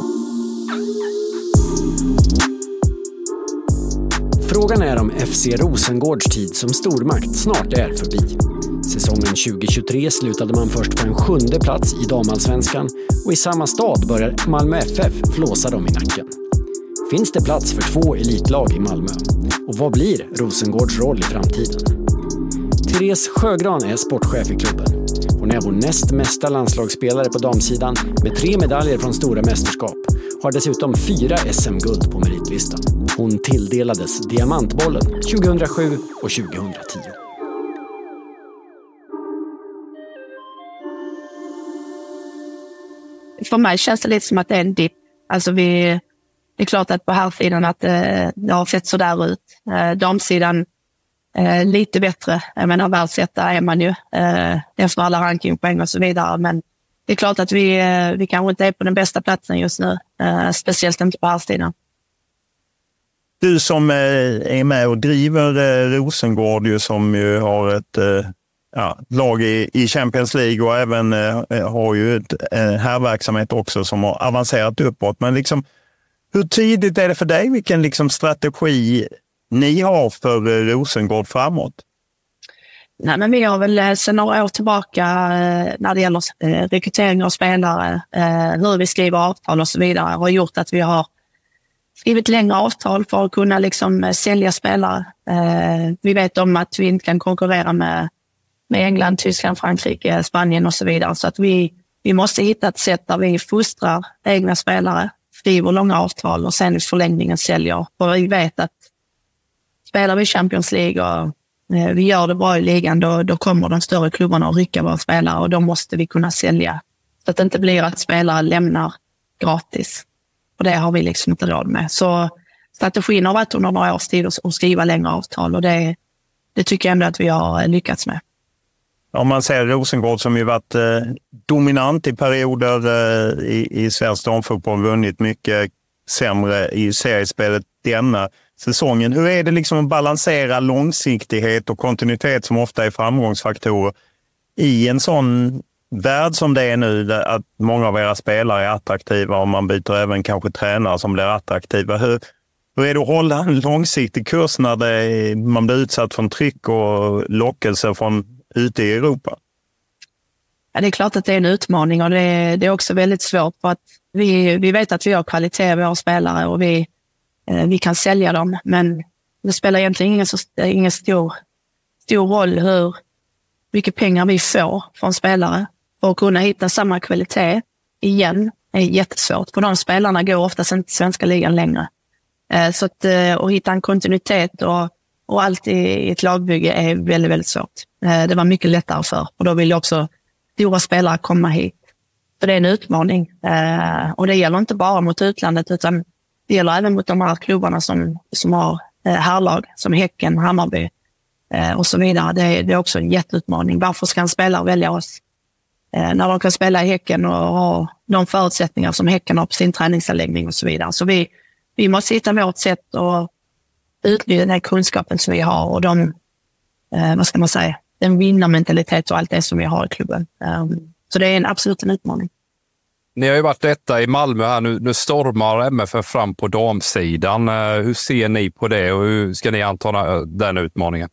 L: Frågan är om F C Rosengårds tid som stormakt snart är förbi. Säsongen tjugo tjugotre slutade man först på en sjunde plats i damallsvenskan och i samma stad börjar Malmö F F flåsa dem i nacken. Finns det plats för två elitlag i Malmö? Och vad blir Rosengårds roll i framtiden? Therese Sjögran är sportchef i klubben. Hon är vår näst mesta landslagsspelare på damsidan med tre medaljer från stora mästerskap. Har dessutom fyra S M-guld på meritlistan. Hon tilldelades Diamantbollen tjugohundrasju och tjugohundratio.
P: För mig känns det lite som att det är en dipp. Alltså vi, det är klart att på här sidan att det, det har sett så där ut. Damsidan eh, lite bättre. Jag menar, världsetta är man ju eh, efter alla rankingpoäng och så vidare. Men det är klart att vi, vi kanske inte är på den bästa platsen just nu. Eh, speciellt inte på här sidan.
J: Du som är med och driver Rosengård, ju, som ju har ett ja, lag i, i Champions League och även eh, har ju ett eh, härverksamhet också som har avancerat uppåt. Men liksom, hur tidigt är det för dig? Vilken liksom strategi ni har för Rosengård framåt?
P: Nej, men vi har väl sedan några år tillbaka eh, när det gäller eh, rekrytering av spelare, eh, hur vi skriver avtal och så vidare, har gjort att vi har skrivit längre avtal för att kunna liksom, eh, sälja spelare. Eh, vi vet om att vi inte kan konkurrera med, med England, Tyskland, Frankrike, Spanien och så vidare. Så att vi, vi måste hitta ett sätt där vi fostrar egna spelare, skriver långa avtal och sen i förlängningen säljer. För vi vet att spelar vi Champions League och eh, vi gör det bra i ligan, då, då kommer de större klubbarna att rycka våra spelare och då måste vi kunna sälja. Så att det inte blir att spelare lämnar gratis. Och det har vi liksom inte råd med. Så strategin har varit under några års tid att skriva längre avtal och det, det tycker jag ändå att vi har lyckats med.
J: Om man ser Rosengård som ju varit eh, dominant i perioder eh, i, i svensk damfotboll, vunnit mycket sämre i seriespelet denna säsongen. Hur är det liksom att balansera långsiktighet och kontinuitet som ofta är framgångsfaktorer i en sån värld som det är nu, att många av era spelare är attraktiva och man byter även kanske tränare som blir attraktiva. Hur, hur är det att hålla en långsiktig kurs när det är, man blir utsatt från tryck och lockelse från ute i Europa?
P: Ja, det är klart att det är en utmaning och det är, det är också väldigt svårt för att vi, vi vet att vi har kvalitet i våra spelare och vi, eh, vi kan sälja dem, men det spelar egentligen ingen, så, ingen stor, stor roll hur mycket pengar vi får från spelare. För att kunna hitta samma kvalitet igen är jättesvårt, för de spelarna går oftast inte till svenska ligan längre. Eh, så att, eh, att hitta en kontinuitet och, och allt i, i ett lagbygge är väldigt, väldigt svårt. Eh, det var mycket lättare för, och då vill jag också stora spelare komma hit. För det är en utmaning. Eh, och det gäller inte bara mot utlandet, utan det gäller även mot de här klubbarna som, som har eh, härlag, som Häcken, Hammarby eh, och så vidare. Det är, det är också en jätteutmaning. Varför ska en spelare välja oss? Eh, när de kan spela i Häcken och ha de förutsättningar som Häcken har på sin träningsanläggning och så vidare. Så vi, vi måste hitta vårt sätt att utnyttja den kunskapen som vi har och de, eh, vad ska man säga, den vinnarmentalitet och allt det som vi har i klubben. Um, så det är en absolut en utmaning.
K: Ni har ju varit detta i Malmö här. Nu, nu stormar M F F fram på damsidan. Uh, hur ser ni på det och hur ska ni anta den utmaningen?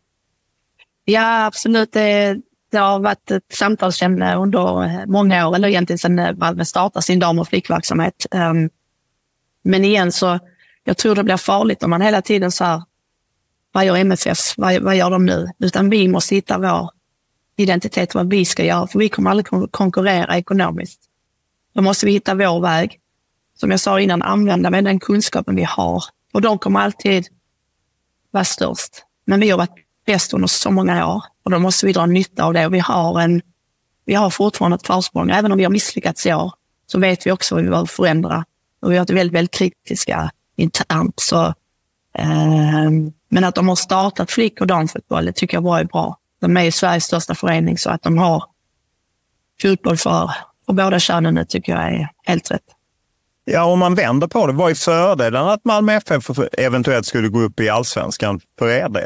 P: Ja, absolut. Det, det har varit ett samtalsämne under många år, eller egentligen sedan Malmö startade sin dam- och flickverksamhet. Um, men igen så, jag tror det blir farligt om man hela tiden så här, vad gör M F F? Vad, vad gör de nu? Utan vi måste hitta vår identitet, vad vi ska göra. För vi kommer aldrig konkurrera ekonomiskt Då måste vi hitta vår väg. Som jag sa innan, använda med den kunskapen vi har. Och de kommer alltid vara störst. Men vi har varit bäst under så många år. Och då måste vi dra nytta av det. Och vi har, en, vi har fortfarande ett försprång. Även om vi har misslyckats i år så vet vi också vad vi behöver förändra. Och vi har varit väldigt, väldigt kritiska internt. Så, eh, men att de har startat flick- och damfotboll, det tycker jag bara är bra. De är Sveriges största förening, så att de har fotboll för, för båda könen, det tycker jag är helt rätt.
J: Ja, om man vänder på det, vad är fördelen att Malmö F F eventuellt skulle gå upp i Allsvenskan för er del?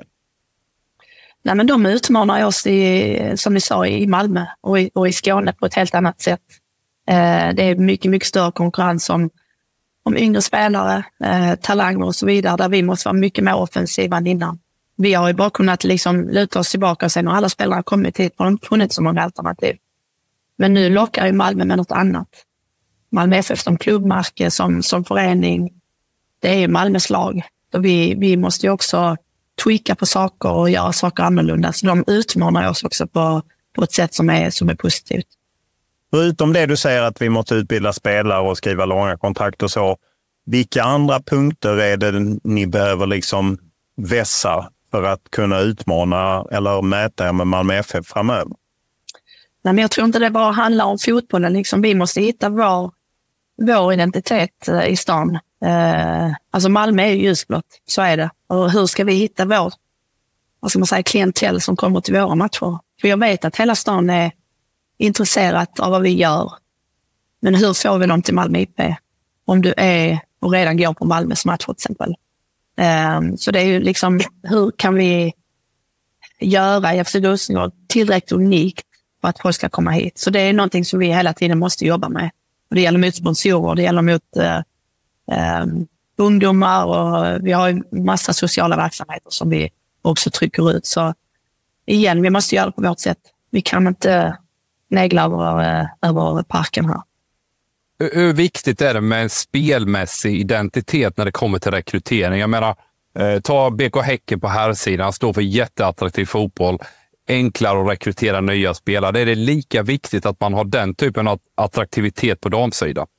P: Nej, men de utmanar oss, i, som ni sa, i Malmö och i, och i Skåne på ett helt annat sätt. Eh, det är mycket, mycket större konkurrens om, om yngre spelare, eh, talanger och så vidare, där vi måste vara mycket mer offensiva än innan. Vi har ju bara kunnat liksom luta oss tillbaka och sen när alla spelare har kommit hit har de funnit så många alternativ. Men nu lockar ju Malmö med något annat. Malmö F F som klubbmärke, som, som förening, det är ju Malmös lag. Så vi, vi måste ju också tweaka på saker och göra saker annorlunda. Så de utmanar oss också på, på ett sätt som är, som är positivt.
J: Förutom det du säger att vi måste utbilda spelare och skriva långa kontrakt och så, vilka andra punkter är det ni behöver liksom vässa för att kunna utmana eller mäta med Malmö F F framöver?
P: Nej, men jag tror inte det bara handlar om fotbollen. Liksom, vi måste hitta vår, vår identitet eh, i stan. Eh, alltså Malmö är ju ljusblått, så är det. Och hur ska vi hitta vår, vad ska man säga, klientell som kommer till våra matcher? För jag vet att hela stan är intresserad av vad vi gör. Men hur får vi dem till Malmö I P? Om du är och redan går på Malmös match till exempel. Eh, så det är ju liksom, hur kan vi göra F C Rosengård tillräckligt unikt för att folk ska komma hit. Så det är någonting som vi hela tiden måste jobba med. Och det gäller mot sponsorer, det gäller mot eh, eh, ungdomar, och vi har ju massa sociala verksamheter som vi också trycker ut. Så igen, vi måste göra det på vårt sätt. Vi kan inte negla över, eh, över parken här.
K: Hur, hur viktigt är det med en spelmässig identitet när det kommer till rekrytering? Jag menar, eh, ta B K Häcken på här sidan, står för jätteattraktiv fotboll. Enklare att rekrytera nya spelare. Är det lika viktigt att man har den typen av attraktivitet på damsidan?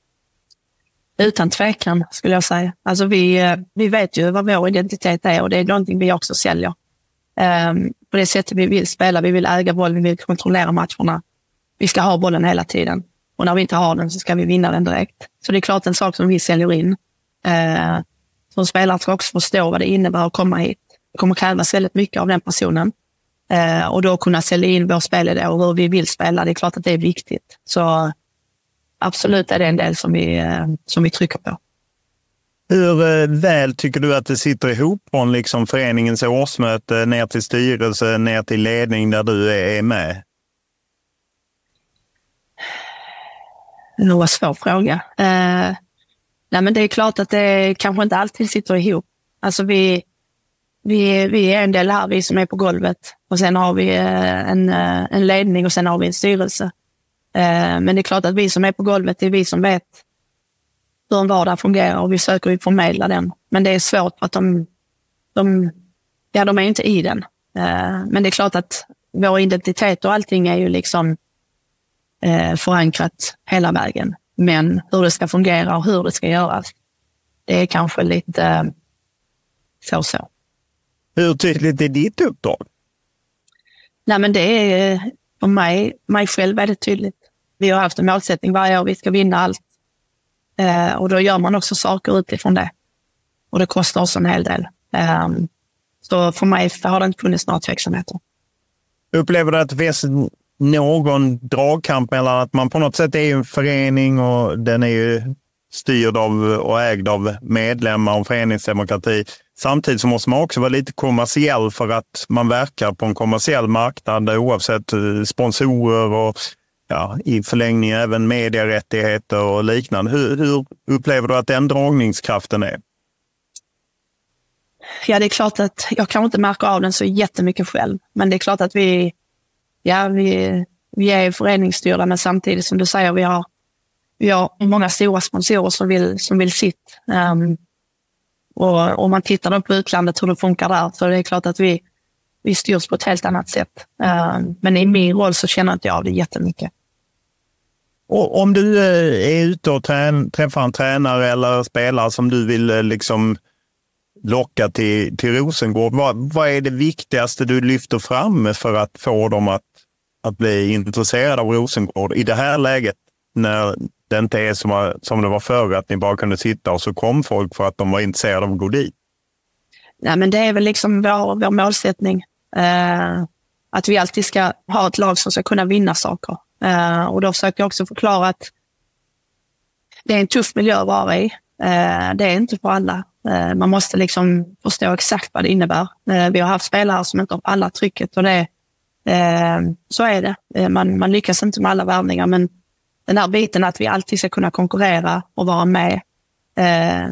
P: Utan tvekan skulle jag säga. Alltså vi, vi vet ju vad vår identitet är, och det är någonting vi också säljer. Um, på det sättet vi vill spela. Vi vill äga boll, vi vill kontrollera matcherna. Vi ska ha bollen hela tiden. Och när vi inte har den så ska vi vinna den direkt. Så det är klart en sak som vi säljer in. Uh, som spelare ska också förstå vad det innebär att komma hit. Det kommer krävas väldigt mycket av den personen. Eh, och då kunna sälja in vår spelidé och hur vi vill spela. Det är klart att det är viktigt. Så absolut är det en del som vi, eh, som vi trycker på.
J: Hur eh, väl tycker du att det sitter ihop från liksom föreningens årsmöte ner till styrelse, ner till ledning där du är, är med?
P: Det var en svår fråga. Eh, nej, men det är klart att det kanske inte alltid sitter ihop. Alltså vi Vi, vi är en del här, vi som är på golvet. Och sen har vi en, en ledning och sen har vi en styrelse. Men det är klart att vi som är på golvet, det är vi som vet hur en vardag fungerar, och vi söker ju förmedla den. Men det är svårt för att de, de, ja, de är inte i den. Men det är klart att vår identitet och allting är ju liksom förankrat hela vägen. Men hur det ska fungera och hur det ska göras, det är kanske lite så så.
J: Hur tydligt är ditt uppdrag?
P: Nej, men det är för mig, mig själv väldigt tydligt. Vi har haft en målsättning varje år, vi ska vinna allt. Eh, och då gör man också saker utifrån det. Och det kostar oss en hel del. Eh, så för mig har det inte funnits några tveksamheter.
J: Upplever du att det finns någon dragkamp mellan att man på något sätt är en förening och den är ju styrd av och ägd av medlemmar och föreningsdemokrati. Samtidigt så måste man också vara lite kommersiell för att man verkar på en kommersiell marknad oavsett sponsorer och ja, i förlängning även medierättigheter och liknande. Hur, hur upplever du att den dragningskraften är?
P: Ja, det är klart att jag kan inte märka av den så jättemycket själv. Men det är klart att vi, ja, vi, vi är föreningsstyrda, men samtidigt som du säger, vi har, vi har många stora sponsorer som vill, som vill sitt. Um, och om man tittar då på utlandet hur det funkar där, så det är klart att vi, vi styrs på ett helt annat sätt. Um, men i min roll så känner inte jag av det jättemycket.
J: Och om du är ute och trän, träffar en tränare eller spelare som du vill liksom locka till, till Rosengård, vad, vad är det viktigaste du lyfter fram för att få dem att, att bli intresserade av Rosengård i det här läget när det inte är som, som det var förr, att ni bara kunde sitta och så kom folk för att de var intresserade av att gå dit?
P: Nej, men det är väl liksom vår, vår målsättning. Eh, att vi alltid ska ha ett lag som ska kunna vinna saker. Uh, och då försöker jag också förklara att det är en tuff miljö att vara i. Uh, det är inte för alla. Uh, man måste liksom förstå exakt vad det innebär. Uh, vi har haft spelare som inte har alla trycket och det, uh, så är det. Uh, man, man lyckas inte med alla värvningar, men den här biten att vi alltid ska kunna konkurrera och vara med. Uh,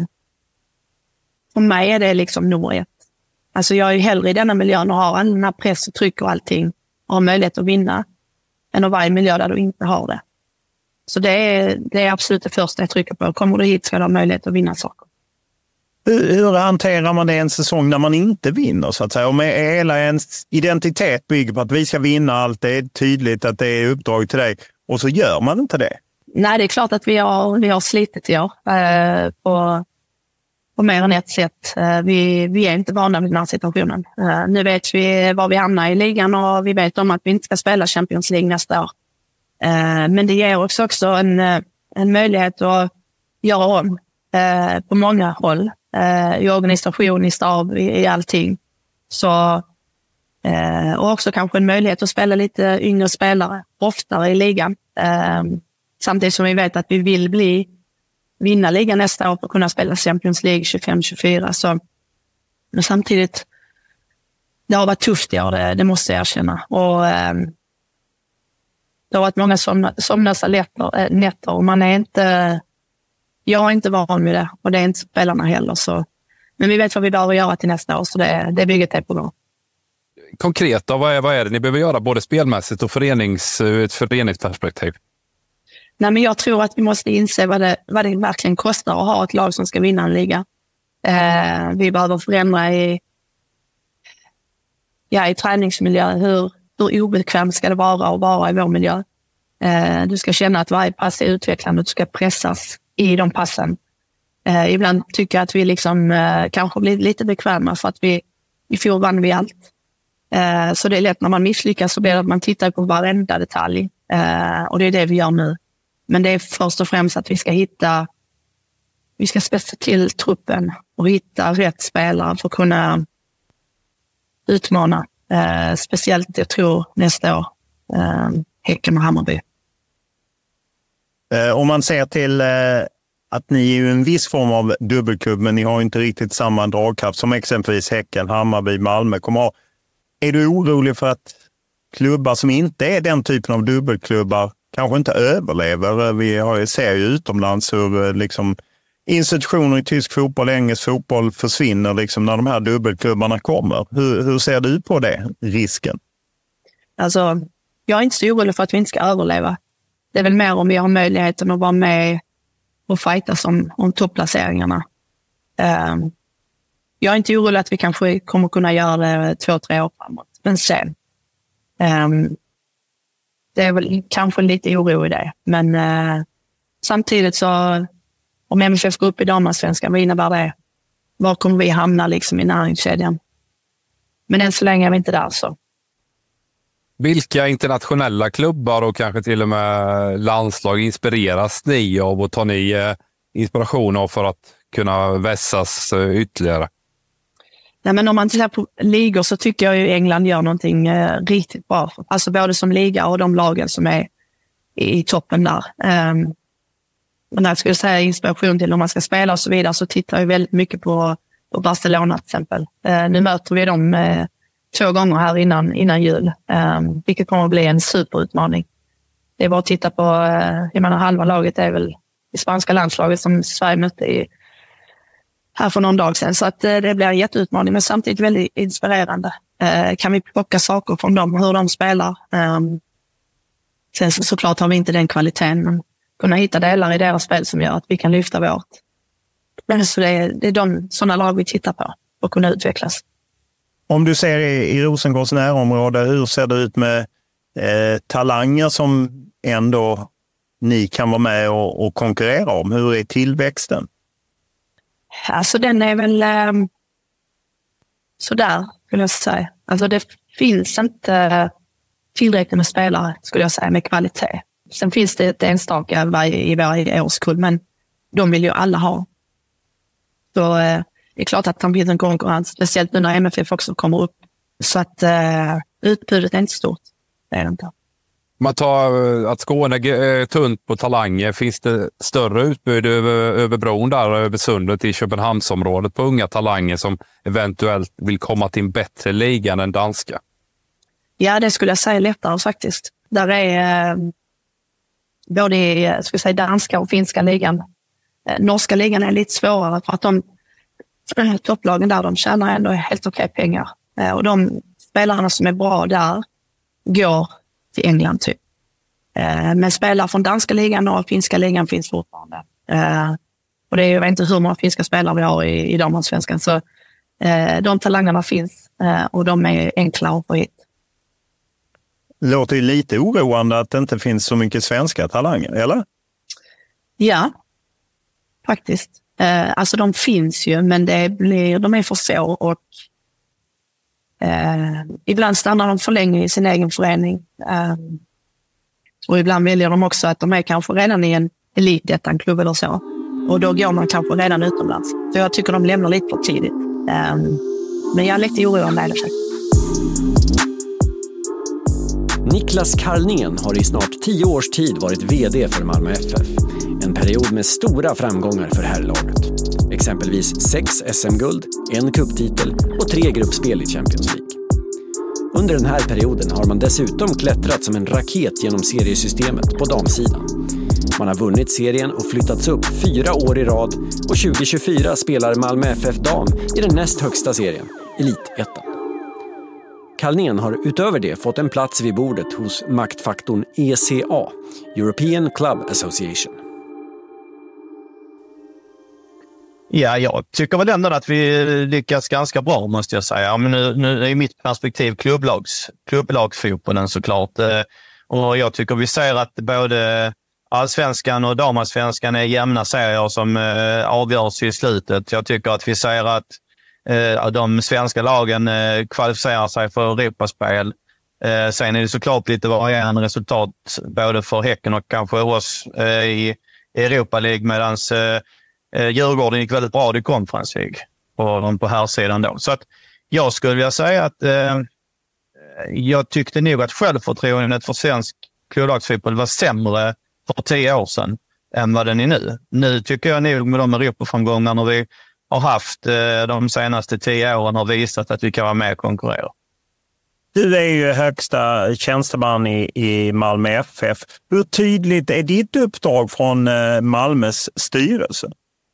P: för mig är det liksom nummer ett. Alltså jag är ju hellre i denna miljön och har all den här press och tryck och allting och har möjlighet att vinna än att vara i en miljö där du inte har det. Så det är, det är absolut det första jag trycker på. Kommer du hit ska du ha möjlighet att vinna saker.
J: Hur, hur hanterar man det en säsong när man inte vinner, så att säga? Om hela ens identitet bygger på att vi ska vinna allt, det är tydligt att det är uppdrag till dig, och så gör man inte det?
P: Nej, det är klart att vi har, vi har slitit i år eh, på, på mer än ett sätt. Eh, vi, vi är inte vana vid den här situationen. Eh, nu vet vi var vi hamnar i ligan och vi vet om att vi inte ska spela Champions League nästa år. Eh, men det ger också, också en, en möjlighet att göra om eh, på många håll. Eh, I organisation, i stab, i, i allting. Så, eh, och också kanske en möjlighet att spela lite yngre spelare oftare i ligan. Eh, samtidigt som vi vet att vi vill bli vinna ligan nästa år för att kunna spela Champions League tjugofem tjugofyra. Så, men samtidigt, det har varit tufft i år, det, det måste jag erkänna. Och eh, det har varit många somna, somnlösa nätter, äh, nätter och man är inte, jag är inte van vid det och det är inte spelarna heller. Så. Men vi vet vad vi behöver göra till nästa år, så det, det bygget är på gång.
K: Konkret då, vad är, vad är det ni behöver göra både spelmässigt och förenings, ur ett föreningsperspektiv?
P: Nej, men jag tror att vi måste inse vad det, vad det verkligen kostar att ha ett lag som ska vinna en liga. Eh, vi behöver förändra i, ja, i träningsmiljö. Hur, hur obekvämt ska det vara att vara i vår miljö? Eh, du ska känna att varje pass är utvecklande och du ska pressas i de passen. Eh, ibland tycker jag att vi liksom, eh, kanske blir lite bekväma för att vi i fjol vann vi allt. Eh, så det är lätt när man misslyckas så blir det att man tittar på varenda detalj. Eh, och det är det vi gör nu. Men det är först och främst att vi ska hitta, vi ska spetsa till truppen och hitta rätt spelare för att kunna utmana. Eh, speciellt, jag tror, nästa år. Eh, Häcken och Hammarby.
J: Eh, om man ser till eh, att ni är ju en viss form av dubbelklubb, men ni har inte riktigt samma dragkraft som exempelvis Häcken, Hammarby, Malmö kommer ha. Är du orolig för att klubbar som inte är den typen av dubbelklubbar kanske inte överlever? Vi har, ser ju utomlands hur liksom, institutioner i tysk fotboll, engelsk fotboll försvinner liksom, när de här dubbelklubbarna kommer. Hur, hur ser du på det, risken?
P: Alltså, jag är inte så orolig för att vi inte ska överleva. Det är väl mer om vi har möjligheten att vara med och fightas om, om topplaceringarna. Um, jag är inte orolig att vi kanske kommer kunna göra det två, tre år framåt. Men sen. Um, det är väl kanske lite oro i det. Men uh, samtidigt så om M F F går upp i damallsvenskan, vad innebär det? Var kommer vi hamna liksom i näringskedjan? Men än så länge är vi inte där så.
K: Vilka internationella klubbar och kanske till och med landslag inspireras ni av och tar ni eh, inspiration av för att kunna vässas eh, ytterligare?
P: Nej, men om man tittar på ligor så tycker jag ju England gör någonting eh, riktigt bra. Alltså både som liga och de lagen som är i, i toppen där. Um, men när jag skulle säga inspiration till om man ska spela och så vidare så tittar jag väldigt mycket på, på Barcelona till exempel. Uh, nu möter vi dem uh, två gånger här innan, innan jul. Um, vilket kommer att bli en superutmaning. Det är bara att titta på, uh, jag menar halva laget är väl i spanska landslaget som Sverige mötte i här för någon dag sedan. Så att uh, det blir en jätteutmaning men samtidigt väldigt inspirerande. Uh, kan vi plocka saker från dem, hur de spelar. Um, sen så, såklart har vi inte den kvaliteten men kunna hitta delar i deras spel som gör att vi kan lyfta vårt. Men så det är, det är de sådana lag vi tittar på och kunna utvecklas.
J: Om du ser i, i Rosengårds närområde, hur ser det ut med eh, talanger som ändå ni kan vara med och, och konkurrera om? Hur är tillväxten?
P: Alltså den är väl eh, sådär, skulle jag säga. Alltså det finns inte tillräckligt med spelare, skulle jag säga, med kvalitet. Sen finns det ett enstaka i varje årskull, men de vill ju alla ha. Så eh, det är klart att det finns en konkurrens, speciellt nu när M F F också kommer upp. Så att eh, utbudet är inte stort. Det är det inte.
K: Man tar att Skåne är tunt på talanger. Finns det större utbud över, över bron där, över sundet i Köpenhamnsområdet på unga talanger som eventuellt vill komma till en bättre liga än den danska?
P: Ja, det skulle jag säga lättare faktiskt. Där är eh, både i, ska jag säga, danska och finska ligan. Eh, norska ligan är lite svårare för att de topplagen där, de tjänar ändå helt okej pengar. Eh, och de spelarna som är bra där går till England typ. Eh, men spelare från danska ligan och finska ligan finns fortfarande. Eh, och det är, jag vet inte hur många finska spelare vi har i, i damallsvenskan. Så eh, de talangerna finns eh, och de är enkla att få hit.
J: Det låter ju lite oroande att det inte finns så mycket svenska talanger, eller?
P: Ja, faktiskt. Eh, alltså de finns ju, men det blir, de är för få och eh, ibland stannar de för länge i sin egen förening. Eh, och ibland väljer de också att de är kanske redan i en elitettan-klubb eller så. Och då går man kanske redan utomlands. Så jag tycker de lämnar lite för tidigt. Eh, men jag är lite oroande i det faktiskt.
L: Niklas Karlnén har i snart tio års tid varit vd för Malmö F F. En period med stora framgångar för herrlaget. Exempelvis sex S M-guld, en cuptitel och tre gruppspel i Champions League. Under den här perioden har man dessutom klättrat som en raket genom seriesystemet på damsidan. Man har vunnit serien och flyttats upp fyra år i rad och tjugo tjugofyra spelar Malmö F F dam i den näst högsta serien, Elitettan. Karlnén har utöver det fått en plats vid bordet hos maktfaktorn E C A, European Club Association.
Q: Ja, jag tycker väl ändå att vi lyckas ganska bra, måste jag säga. Men nu, nu är i mitt perspektiv klubblags, klubblagsfotbollen såklart. Och jag tycker vi ser att både allsvenskan och damallsvenskan är jämna serier som avgörs i slutet. Jag tycker att vi ser att de svenska lagen kvalificerar sig för Europaspel. Sen är det såklart lite varierande resultat både för Häcken och kanske oss i Europa League, medan Djurgården gick väldigt bra i Conference League på, på här sidan då. Så att jag skulle vilja säga att eh, jag tyckte nog att självförtroendet för svensk klubblagsfotboll var sämre för tio år sedan än vad den är nu. Nu tycker jag nog med de Europaframgångarna vi har haft eh, de senaste tio åren har visat att vi kan vara med och konkurrera.
J: Du är ju högsta tjänsteman i, i Malmö F F. Hur tydligt är ditt uppdrag från eh, Malmös styrelse?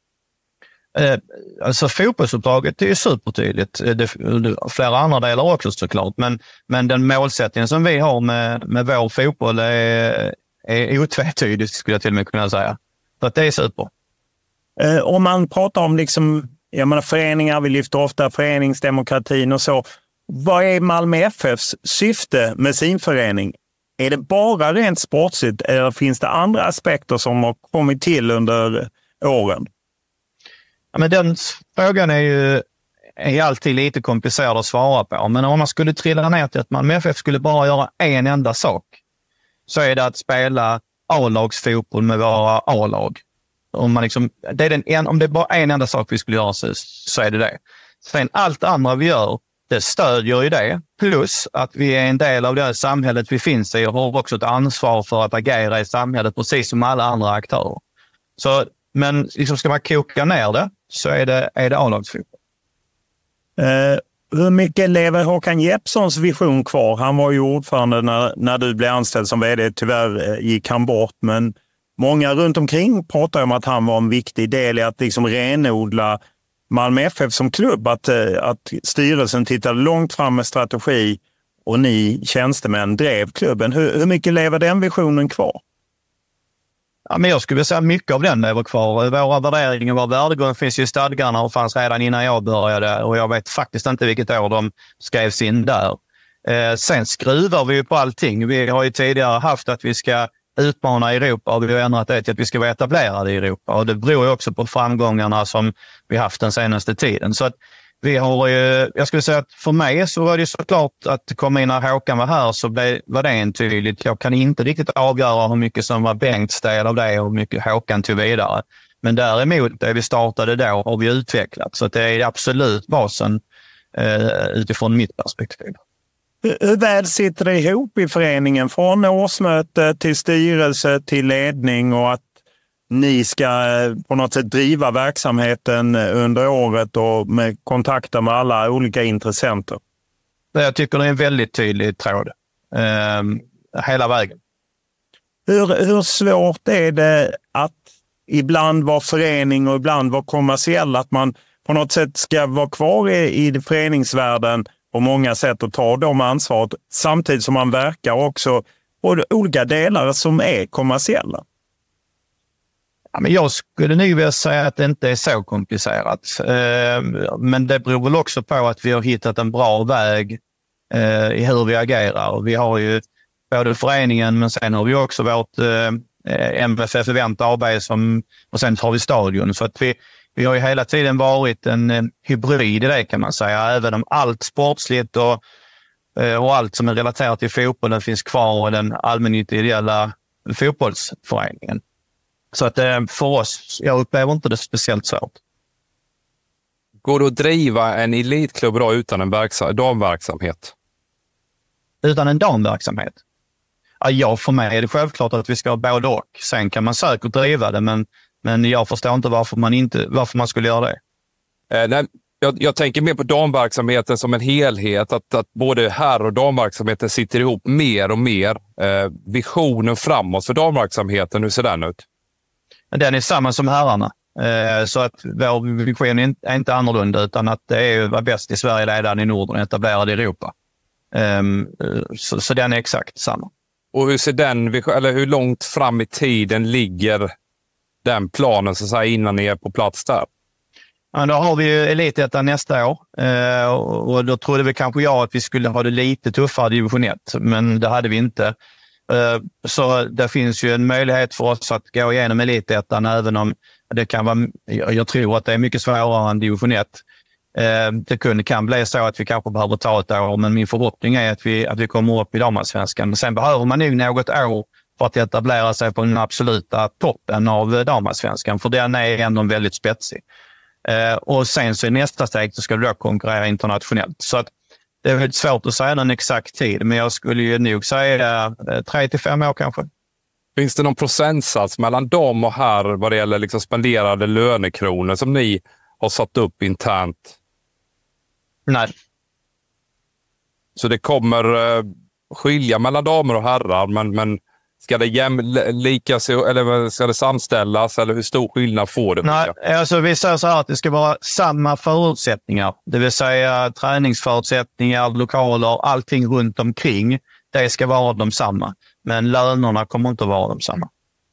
Q: Eh, alltså fotbollsuppdraget är ju supertydligt. Det, det, flera andra delar också såklart. Men, men den målsättningen som vi har med, med vår fotboll är, är otvetydig, skulle jag till och med kunna säga. Så att det är super.
J: Eh, om man pratar om liksom, jag menar, föreningar, vi lyfter ofta föreningsdemokratin och så. Vad är Malmö F F:s syfte med sin förening? Är det bara rent sportsligt eller finns det andra aspekter som har kommit till under åren?
Q: Ja, men den frågan är ju är alltid lite komplicerad att svara på. Men om man skulle trilla ner till att Malmö F F skulle bara göra en enda sak, så är det att spela A-lagsfotboll med våra A-lag. Om, man liksom, det är den en, om det är bara en enda sak vi skulle göra, så, så är det det. Sen allt andra vi gör, det stödjer ju det. Plus att vi är en del av det samhället vi finns i och har också ett ansvar för att agera i samhället precis som alla andra aktörer. Så, men liksom ska man koka ner det, så är det, är det A-lagsfotboll.
J: Eh, hur mycket lever Håkan Jeppssons vision kvar? Han var ju ordförande när, när du blev anställd som vd. Tyvärr eh, gick han bort, men många runt omkring pratar om att han var en viktig del i att liksom renodla Malmö F F som klubb, att, att styrelsen tittade långt fram med strategi och ni tjänstemän drev klubben. Hur, hur mycket lever den visionen kvar?
Q: Ja, men jag skulle säga att mycket av den lever kvar. Våra värderingar, vår värdegrund finns ju i stadgarna och fanns redan innan jag började, och jag vet faktiskt inte vilket år de skrevs in där. Eh, sen skruvar vi ju på allting. Vi har ju tidigare haft att vi ska utmana i Europa och vi har ändrat det till att vi ska vara etablerade i Europa. Och det beror ju också på framgångarna som vi haft den senaste tiden. Så att vi har ju, jag skulle säga att för mig så var det såklart att komma in när Håkan var här så blev, var det en tydligt. Jag kan inte riktigt avgöra hur mycket som var Bengts del av det och hur mycket Håkan tog vidare. Men däremot, det vi startade då har vi utvecklat. Så att det är absolut basen eh, utifrån mitt perspektiv.
J: Hur väl sitter det ihop i föreningen från årsmöte till styrelse till ledning och att ni ska på något sätt driva verksamheten under året och med kontakter med alla olika intressenter?
Q: Jag tycker det är en väldigt tydlig tråd eh, hela vägen.
J: Hur, hur svårt är det att ibland vara förening och ibland vara kommersiell? Att man på något sätt ska vara kvar i, i föreningsvärlden på många sätt och ta de ansvaret samtidigt som man verkar också på olika delar som är kommersiella?
Q: Ja, men jag skulle nog vilja säga att det inte är så komplicerat. Eh, men det beror väl också på att vi har hittat en bra väg eh, i hur vi agerar. Och vi har ju både föreningen men sen har vi också vårt eh, M F F Event A B som, och sen har vi stadion. Så att vi, vi har ju hela tiden varit en eh, hybrid i det kan man säga. Även om allt sportsligt och, eh, och allt som är relaterat till fotbollen finns kvar i den allmännyttiga ideella fotbollsföreningen. Så att för oss, jag upplever inte det speciellt svårt.
K: Går det att driva en elitklubb då utan en verksam- damverksamhet?
Q: Utan en damverksamhet? Ja, ja, för mig är det självklart att vi ska ha både och. Sen kan man säkert driva det, men, men jag förstår inte varför man, inte, varför man skulle göra det.
K: Eh, nej, jag, jag tänker mer på damverksamheten som en helhet. Att, att både herr- och damverksamheten sitter ihop mer och mer. Eh, visionen framåt för damverksamheten, hur ser den ut?
Q: Den är samma som herrarna. Eh, så att vår vision är inte annorlunda utan att det är att vara bäst i Sverige, ledaren i Norden och etablerad i Europa. Eh, så, så den är exakt samma.
K: Och hur ser den, eller hur långt fram i tiden ligger den planen så att säga, innan ni är på plats där?
Q: Ja, då har vi ju Elitettan nästa år eh, och då trodde vi kanske jag att vi skulle ha det lite tuffare i division ett, men det hade vi inte. Så det finns ju en möjlighet för oss att gå igenom Elitettan även om det kan vara, jag tror att det är mycket svårare än division ett. Det kan, kan bli så att vi kanske behöver ta ett år, men min förhoppning är att vi, att vi kommer upp i damallsvenskan. Sen behöver man nog något år för att etablera sig på den absoluta toppen av damallsvenskan, för den är ändå väldigt spetsig. Och sen så i nästa steg så ska du då konkurrera internationellt. Så att det är väldigt svårt att säga någon exakt tid, men jag skulle ju nog säga tre till fem år kanske.
K: Finns det någon procentsats mellan dam och herr vad det gäller liksom spenderade lönekronor som ni har satt upp internt?
Q: Nej.
K: Så det kommer uh, skilja mellan damer och herrar, men, men ska det jäm, lika eller ska det samställas eller hur stor skillnad får det?
Q: Nej, alltså vi säger så här att det ska vara samma förutsättningar. Det vill säga träningsförutsättningar, lokaler, allting runt omkring. Det ska vara de samma. Men lönerna kommer inte att vara de samma.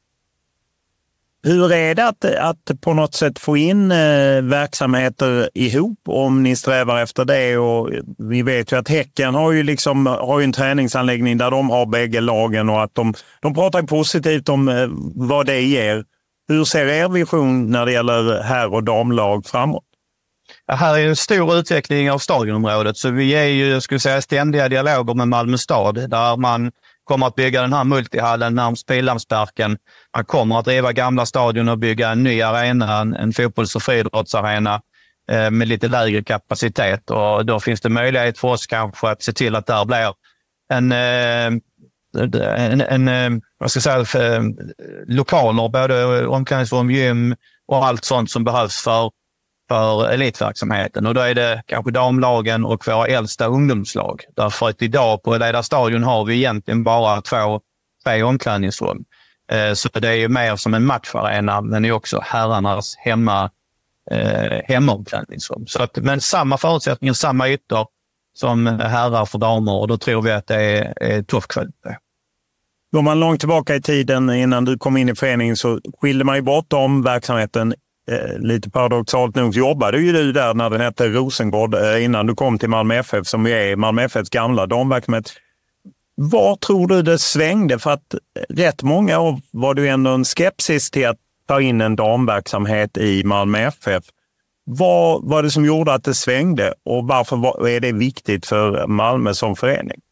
J: Hur är det att, att på något sätt få in eh, verksamheter ihop om ni strävar efter det? Och vi vet ju att Häcken har ju, liksom, har ju en träningsanläggning där de har bägge lagen och att de, de pratar positivt om eh, vad det ger. Hur ser er vision när det gäller herr- och damlag framåt?
Q: Ja, här är en stor utveckling av stadionområdet, så vi är ju, jag skulle säga, ständiga dialoger med Malmö stad där man kommer att bygga den här multihallen närmast Pildammsparken. Man kommer att driva gamla stadion och bygga en ny arena, en, en fotbolls- och friidrottsarena eh, med lite lägre kapacitet. Och då finns det möjlighet för oss kanske att se till att där blir en, eh, en, en, en vad ska jag säga, för, lokaler, både omklädningsrum, gym och allt sånt som behövs för för elitverksamheten. Och då är det kanske damlagen och våra äldsta ungdomslag. Därför att idag på Ledarstadion har vi egentligen bara två, två omklädningsrum. Eh, så det är ju mer som en matcharena, men det är också herrarnas hemma, eh, hemmaomklädningsrum. Så att, men samma förutsättningar, samma ytor som herrar för damer, och då tror vi att det är, är tuff kvalitet.
J: Går man långt tillbaka i tiden innan du kom in i föreningen så skilde man ju bort om verksamheten. Eh, lite paradoxalt nog jobbade ju du där när den hette Rosengård eh, innan du kom till Malmö F F som är Malmö F Fs gamla damverksamhet. Var tror du det svängde? För att rätt många år var det ändå en skepsis till att ta in en damverksamhet i Malmö F F. Vad var det som gjorde att det svängde och varför var, är det viktigt för Malmö som förening?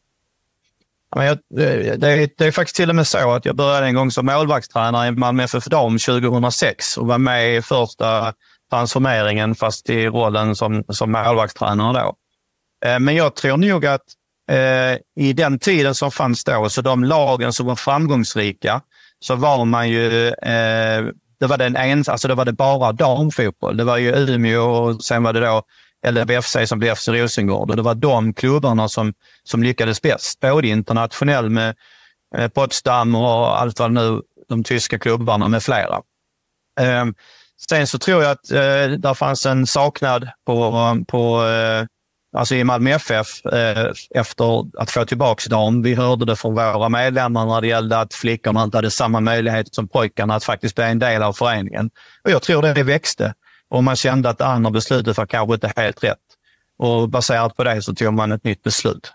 Q: Ja, jag, det, det är faktiskt till och med så att jag började en gång som målvaktstränare i Malmö F F Dam tjugohundrasex och var med i första transformeringen fast i rollen som, som målvaktstränare då. Men jag tror nog att eh, i den tiden som fanns då, så de lagen som var framgångsrika, så var man ju, eh, det var den ens, alltså det var det bara damfotboll. Det var ju Umeå och sen var det då L B F C som blev F C Rosengård. Och det var de klubbarna som, som lyckades bäst, både internationellt med eh, Potsdam och allt vad nu, de tyska klubbarna med flera. Eh, sen så tror jag att eh, där fanns en saknad på, på eh, alltså i Malmö F F eh, efter att få tillbaka dem. Vi hörde det från våra medlemmar när det gällde att flickorna inte hade samma möjlighet som pojkarna att faktiskt bli en del av föreningen. Och jag tror det växte. Och man kände att det andra beslutet var kanske inte helt rätt. Och baserat på det så tog man ett nytt beslut.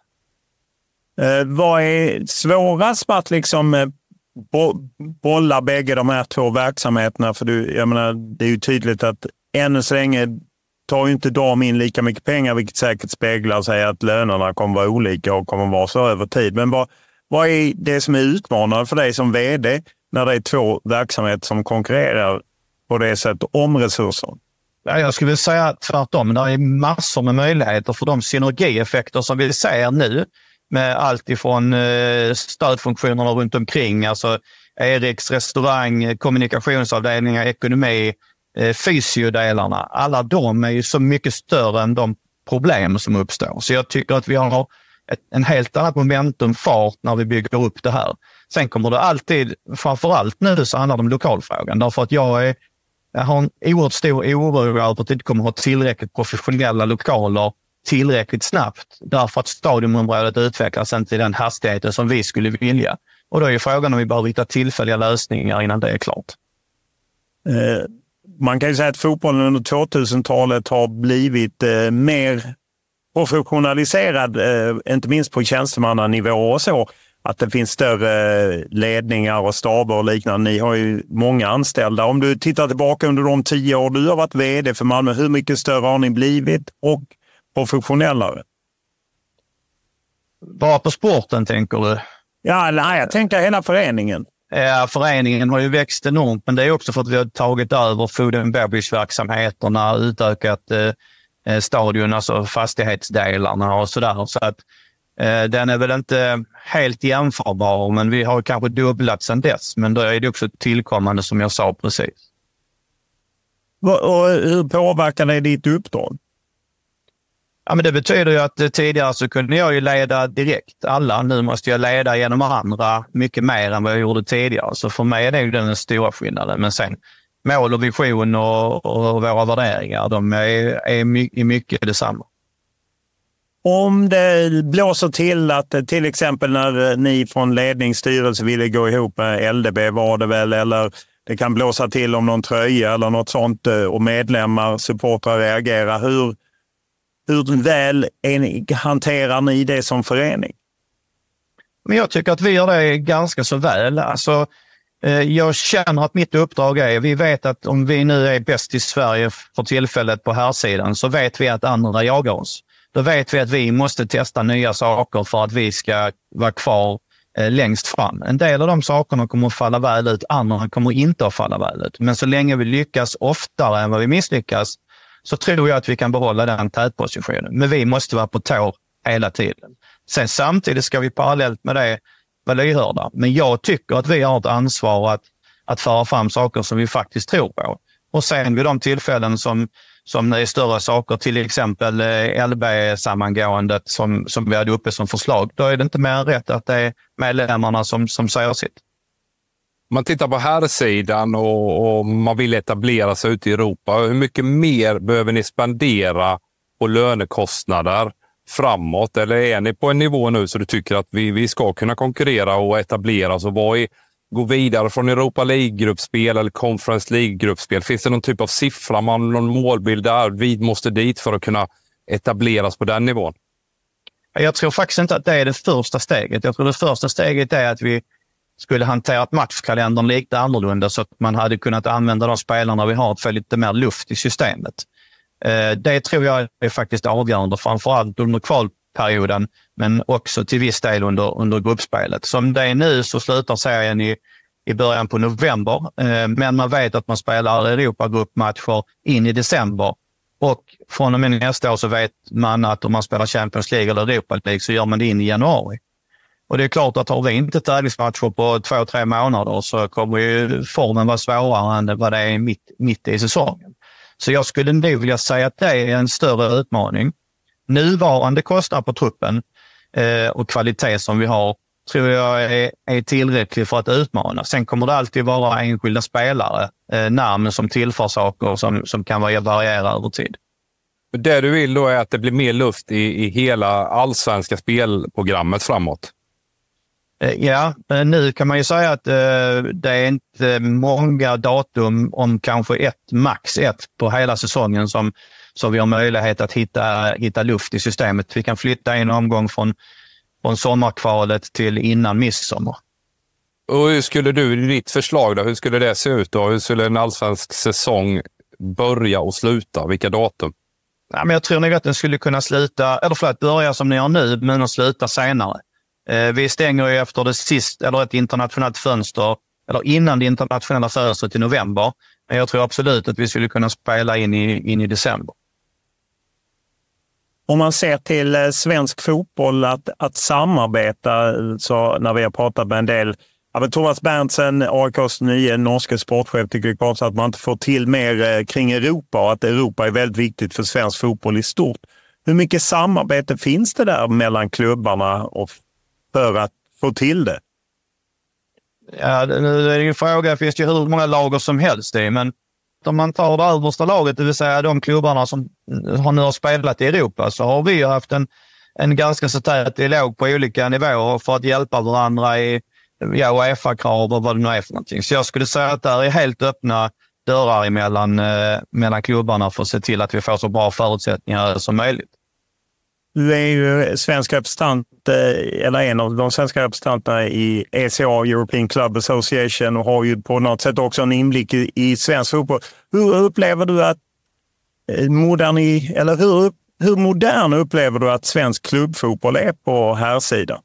J: Eh, vad är svårast att liksom eh, bo- bolla bägge de här två verksamheterna? För du, jag menar, det är ju tydligt att ännu så länge tar ju inte dam in lika mycket pengar, vilket säkert speglar sig att lönerna kommer vara olika och kommer vara så över tid. Men vad, vad är det som är utmanande för dig som vd när det är två verksamheter som konkurrerar på det sättet om resurser?
Q: Ja, jag skulle vilja säga tvärtom. Det är massor med möjligheter för de synergieffekter som vi ser nu med allt ifrån eh, stödfunktionerna runt omkring, alltså Eriks restaurang, kommunikationsavdelningar, ekonomi, fysiodelarna, alla de är ju så mycket större än de problem som uppstår. Så jag tycker att vi har ett, en helt annat momentum fart när vi bygger upp det här. Sen kommer det alltid, framförallt nu så handlar det om lokalfrågan. Därför att jag, är, jag har en oerhört stor oro över att det inte kommer att ha tillräckligt professionella lokaler tillräckligt snabbt. Därför att stadionområdet utvecklas inte i den hastigheten som vi skulle vilja. Och då är ju frågan om vi behöver hitta tillfälliga lösningar innan det är klart.
J: Eh. Man kan ju säga att fotbollen under tvåtusentalet har blivit eh, mer professionaliserad, eh, inte minst på tjänstemannanivå och så. Att det finns större ledningar och staber och liknande. Ni har ju många anställda. Om du tittar tillbaka under de tio år du har varit vd för Malmö, hur mycket större har ni blivit och professionellare?
Q: Bara på sporten tänker du?
J: Ja, nej, jag tänker hela föreningen.
Q: Ja, föreningen har ju växt enormt, men det är också för att vi har tagit över food and beverage-verksamheterna, utökat eh, stadion, alltså fastighetsdelarna och sådär. Så att eh, den är väl inte helt jämförbar, men vi har kanske dubblat sedan dess. Men då är det också tillkommande som jag sa precis.
J: Och hur påverkar det ditt uppdrag?
Q: Ja, men det betyder ju att tidigare så kunde jag ju leda direkt alla. Nu måste jag leda genom andra mycket mer än vad jag gjorde tidigare. Så för mig är det ju den stora skillnaden. Men sen mål och vision och, och våra värderingar, de är, är mycket, mycket detsamma.
J: Om det blåser till att till exempel när ni från ledningsstyrelse ville gå ihop med L D B var det väl, eller det kan blåsa till om någon tröja eller något sånt och medlemmar, supportrar reagerar. Hur Hur väl är, hanterar ni det som förening?
Q: Men jag tycker att vi gör det ganska så väl. Alltså, eh, jag känner att mitt uppdrag är, vi vet att om vi nu är bäst i Sverige för tillfället på här sidan, så vet vi att andra jagar oss. Då vet vi att vi måste testa nya saker för att vi ska vara kvar eh, längst fram. En del av de sakerna kommer att falla väl ut, andra kommer inte att falla väl ut. Men så länge vi lyckas oftare än vad vi misslyckas, så tror jag att vi kan behålla den tätpositionen. Men vi måste vara på tå hela tiden. Sen samtidigt ska vi parallellt med det vara lyhörda. Men jag tycker att vi har ett ansvar att, att föra fram saker som vi faktiskt tror på. Och sen vid de tillfällen som, som det är större saker, till exempel L B-sammangåendet som, som vi hade uppe som förslag, då är det inte mer än rätt att det är medlemmarna som, som säger sitt.
K: Man tittar på här sidan och, och man vill etablera sig ute i Europa. Hur mycket mer behöver ni spendera på lönekostnader framåt? Eller är ni på en nivå nu så du tycker att vi, vi ska kunna konkurrera och etablera oss och vad är, gå vidare från Europa League-gruppspel eller Conference League-gruppspel? Finns det någon typ av siffra, man, någon målbild där vi måste dit för att kunna etableras på den nivån?
Q: Jag tror faktiskt inte att det är det första steget. Jag tror det första steget är att vi skulle hanterat matchkalendern lite annorlunda så att man hade kunnat använda de spelarna vi har att få lite mer luft i systemet. Det tror jag är faktiskt avgörande, framförallt under kvalperioden men också till viss del under, under gruppspelet. Som det är nu så slutar serien i, i början på november, men man vet att man spelar Europagruppmatcher in i december. Och från och med nästa år så vet man att om man spelar Champions League eller Europa League så gör man det in i januari. Och det är klart att har vi inte tävlingsmatcher på två, tre månader så kommer ju formen vara svårare än vad det är mitt, mitt i säsongen. Så jag skulle nu vilja säga att det är en större utmaning. Nuvarande kostnad på truppen eh, och kvalitet som vi har tror jag är, är tillräckligt för att utmana. Sen kommer det alltid vara enskilda spelare, eh, namn som tillför saker som, som kan variera över tid.
K: Det du vill då är att det blir mer luft i, i hela allsvenska spelprogrammet framåt?
Q: Ja, nu kan man ju säga att eh, det är inte många datum om kanske ett, max ett på hela säsongen som, som vi har möjlighet att hitta, hitta luft i systemet. Vi kan flytta en omgång från, från sommarkvalet till innan midsommar.
K: Och hur skulle du, ditt förslag då, hur skulle det se ut då? Hur skulle en allsvensk säsong börja och sluta? Vilka datum?
Q: Ja, men jag tror nog att den skulle kunna sluta, eller förlåt, börja som ni gör nu, men att sluta senare. Vi stänger ju efter det sist, eller ett internationellt fönster, eller innan det internationella fönstret i november. Men jag tror absolut att vi skulle kunna spela in i, in i december.
J: Om man ser till svensk fotboll att, att samarbeta, så när vi har pratat med en del, ja, Thomas Berntsen, A I K:s nya norska sportchef, tycker jag att man inte får till mer kring Europa och att Europa är väldigt viktigt för svensk fotboll i stort. Hur mycket samarbete finns det där mellan klubbarna och för att få till det?
Q: Ja, nu är det ju en fråga. Det finns ju hur många lager som helst i, men om man tar det översta laget, det vill säga de klubbarna som har nu har spelat i Europa, så har vi ju haft en, en ganska så tät dialog på olika nivåer för att hjälpa varandra i ja, UEFA-krav och vad det nu är för någonting. Så jag skulle säga att det är helt öppna dörrar emellan, eh, mellan klubbarna för att se till att vi får så bra förutsättningar som möjligt.
J: Du är ju svensk representant, eller en av de svenska representanterna i E C A, European Club Association, och har ju på något sätt också en inblick i, i svensk fotboll. Hur upplever du att modern i, eller hur, hur modern upplever du att svensk klubbfotboll är på här sidan?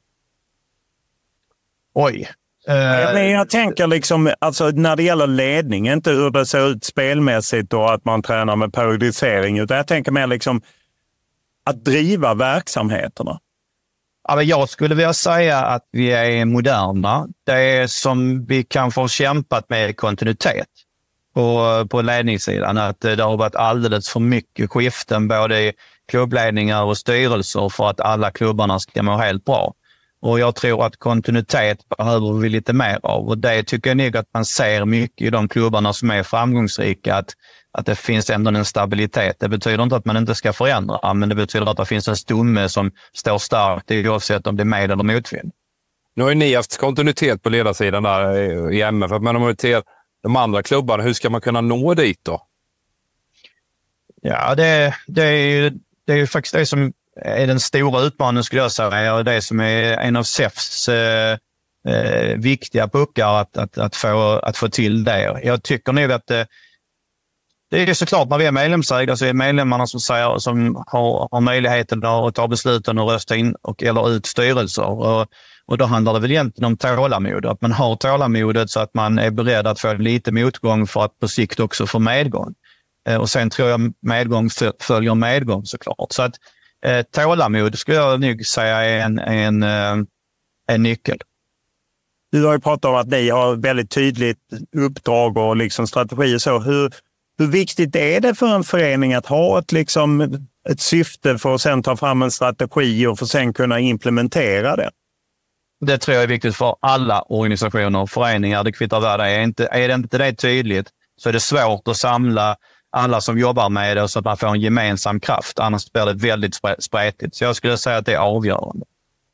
Q: Oj.
J: Uh, Men jag tänker liksom, alltså när det gäller ledning, inte hur det ser ut spelmässigt och att man tränar med periodisering, utan jag tänker mer liksom att driva verksamheterna.
Q: Ja, men jag skulle vilja säga att vi är moderna. Det är som vi kanske har kämpat med kontinuitet på, på ledningssidan. Att det har varit alldeles för mycket skiften både i klubbledningar och styrelser för att alla klubbarna ska må helt bra. Och jag tror att kontinuitet behöver vi lite mer av. Och det tycker jag nog att man ser mycket i de klubbarna som är framgångsrika. Att, att det finns ändå en stabilitet. Det betyder inte att man inte ska förändra. Men det betyder att det finns en stomme som står starkt oavsett om det är med eller motvind.
K: Nu har ju ni haft kontinuitet på ledarsidan där i M F. Men om man till de andra klubbarna, hur ska man kunna nå dit då?
Q: Ja, det, det, är, ju, det är ju faktiskt det som är den stora utmaningen, skulle jag säga, och det som är en av S E Fs eh, eh, viktiga puckar att, att, att, få, att få till det. Jag tycker nog att det, det är såklart när vi är medlemsägda så är medlemmarna som, säger, som har, har möjligheten att ta besluten och rösta in och, eller ut styrelser. Och, och då handlar det väl egentligen om tålamod. Att man har tålamodet så att man är beredd att få lite motgång för att på sikt också få medgång. Eh, och sen tror jag medgång följer medgång såklart. Så att Eh, tålamod skulle jag nog säga är en, en, en, en nyckel.
J: Du har ju pratat om att ni har väldigt tydligt uppdrag och liksom strategi och så. Hur, hur viktigt är det för en förening att ha ett, liksom, ett syfte för att sen ta fram en strategi och för att sen kunna implementera det?
Q: Det tror jag är viktigt för alla organisationer och föreningar. Det kvittar vad det är. Inte, är det inte det tydligt så är det svårt att samla alla som jobbar med det så att man får en gemensam kraft. Annars blir det väldigt spretigt. Så jag skulle säga att det är avgörande.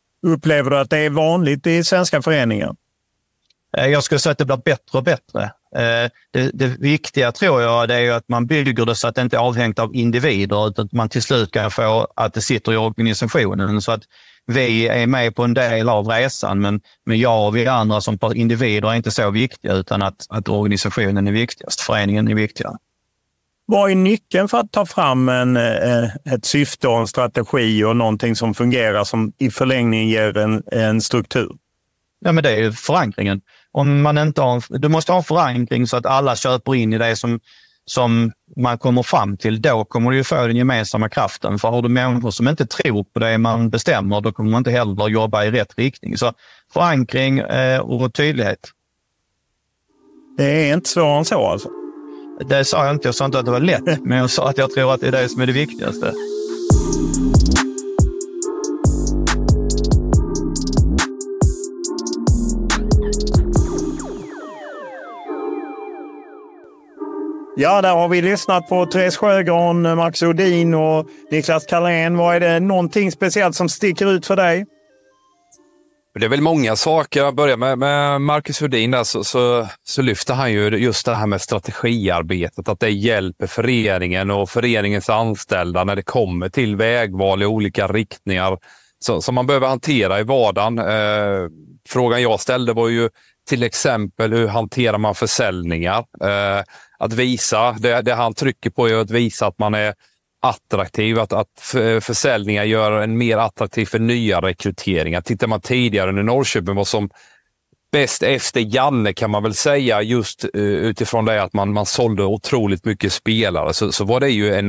J: Upplever du att det är vanligt i svenska föreningar?
Q: Jag skulle säga att det blir bättre och bättre. Det, det viktiga tror jag det är ju att man bygger det så att det inte är avhängt av individer utan att man till slut kan få att det sitter i organisationen så att vi är med på en del av resan men, men jag och vi andra som individer är inte så viktiga utan att, att organisationen är viktigast, föreningen är viktigare.
J: Vad är nyckeln för att ta fram en, ett syfte och en strategi och någonting som fungerar som i förlängningen ger en, en struktur?
Q: Ja, men det är ju förankringen. Om man inte har, du måste ha förankring så att alla köper in i det som, som man kommer fram till. Då kommer du ju få den gemensamma kraften. För har du människor som inte tror på det man bestämmer, då kommer man inte heller jobba i rätt riktning. Så förankring eh, och tydlighet.
J: Det är inte svårare än så alltså?
Q: Det sa jag inte. Jag sa inte att det var lätt, men jag sa att jag tror att det är det som är det viktigaste.
J: Ja, där har vi lyssnat på Therese Sjögran, Marcus Odin och Niklas Carlén. Vad är det någonting speciellt som sticker ut för dig?
K: Det är väl många saker. Jag börjar med, med Marcus Odin där, så, så, så lyfter han ju just det här med strategiarbetet. Att det hjälper föreningen och föreningens anställda när det kommer till vägval i olika riktningar så, som man behöver hantera i vardagen. Eh, frågan jag ställde var ju till exempel hur hanterar man försäljningar? Eh, att visa, det, det han trycker på är att visa att man är attraktiv, att, att försäljningar gör en mer attraktiv för nya rekryteringar. Tittar man tidigare under Norrköping var som bäst efter Janne kan man väl säga just uh, utifrån det att man, man sålde otroligt mycket spelare så, så var det ju en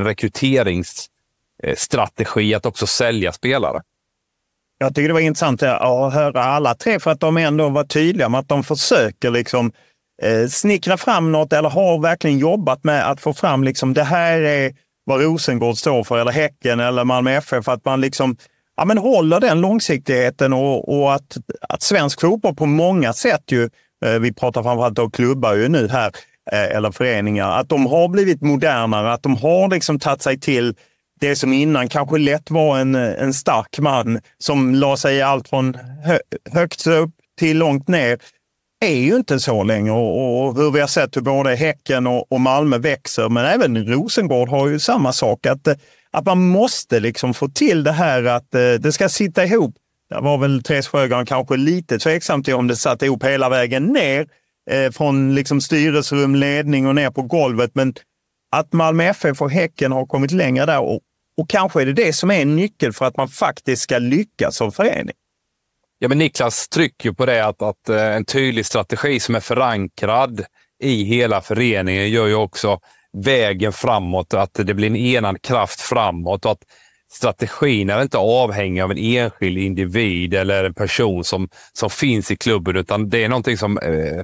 K: rekryteringsstrategi att också sälja spelare.
J: Jag tycker det var intressant att höra alla tre för att de ändå var tydliga med att de försöker liksom eh, snickra fram något eller har verkligen jobbat med att få fram liksom det här är vad Rosengård står för eller Häcken eller Malmö F F för att man liksom ja, men håller den långsiktigheten och, och att, att svensk fotboll på många sätt ju, eh, vi pratar framförallt om klubbar ju nu här eh, eller föreningar, att de har blivit modernare, att de har liksom tagit sig till det som innan kanske lätt var en, en stark man som la sig allt från hö, högt upp till långt ner är ju inte så länge och, och hur vi har sett hur både Häcken och, och Malmö växer men även Rosengård har ju samma sak att, att man måste liksom få till det här att det ska sitta ihop. Det var väl Therese Sjögran kanske lite tveksam till om det satt ihop hela vägen ner eh, från liksom styrelserum, ledning och ner på golvet men att Malmö F F och Häcken har kommit längre där och, och kanske är det det som är en nyckel för att man faktiskt ska lyckas som förening.
K: Ja, men Niklas trycker på det att, att en tydlig strategi som är förankrad i hela föreningen gör ju också vägen framåt, att det blir en enad kraft framåt och att strategin är inte avhängig av en enskild individ eller en person som, som finns i klubben utan det är någonting som eh,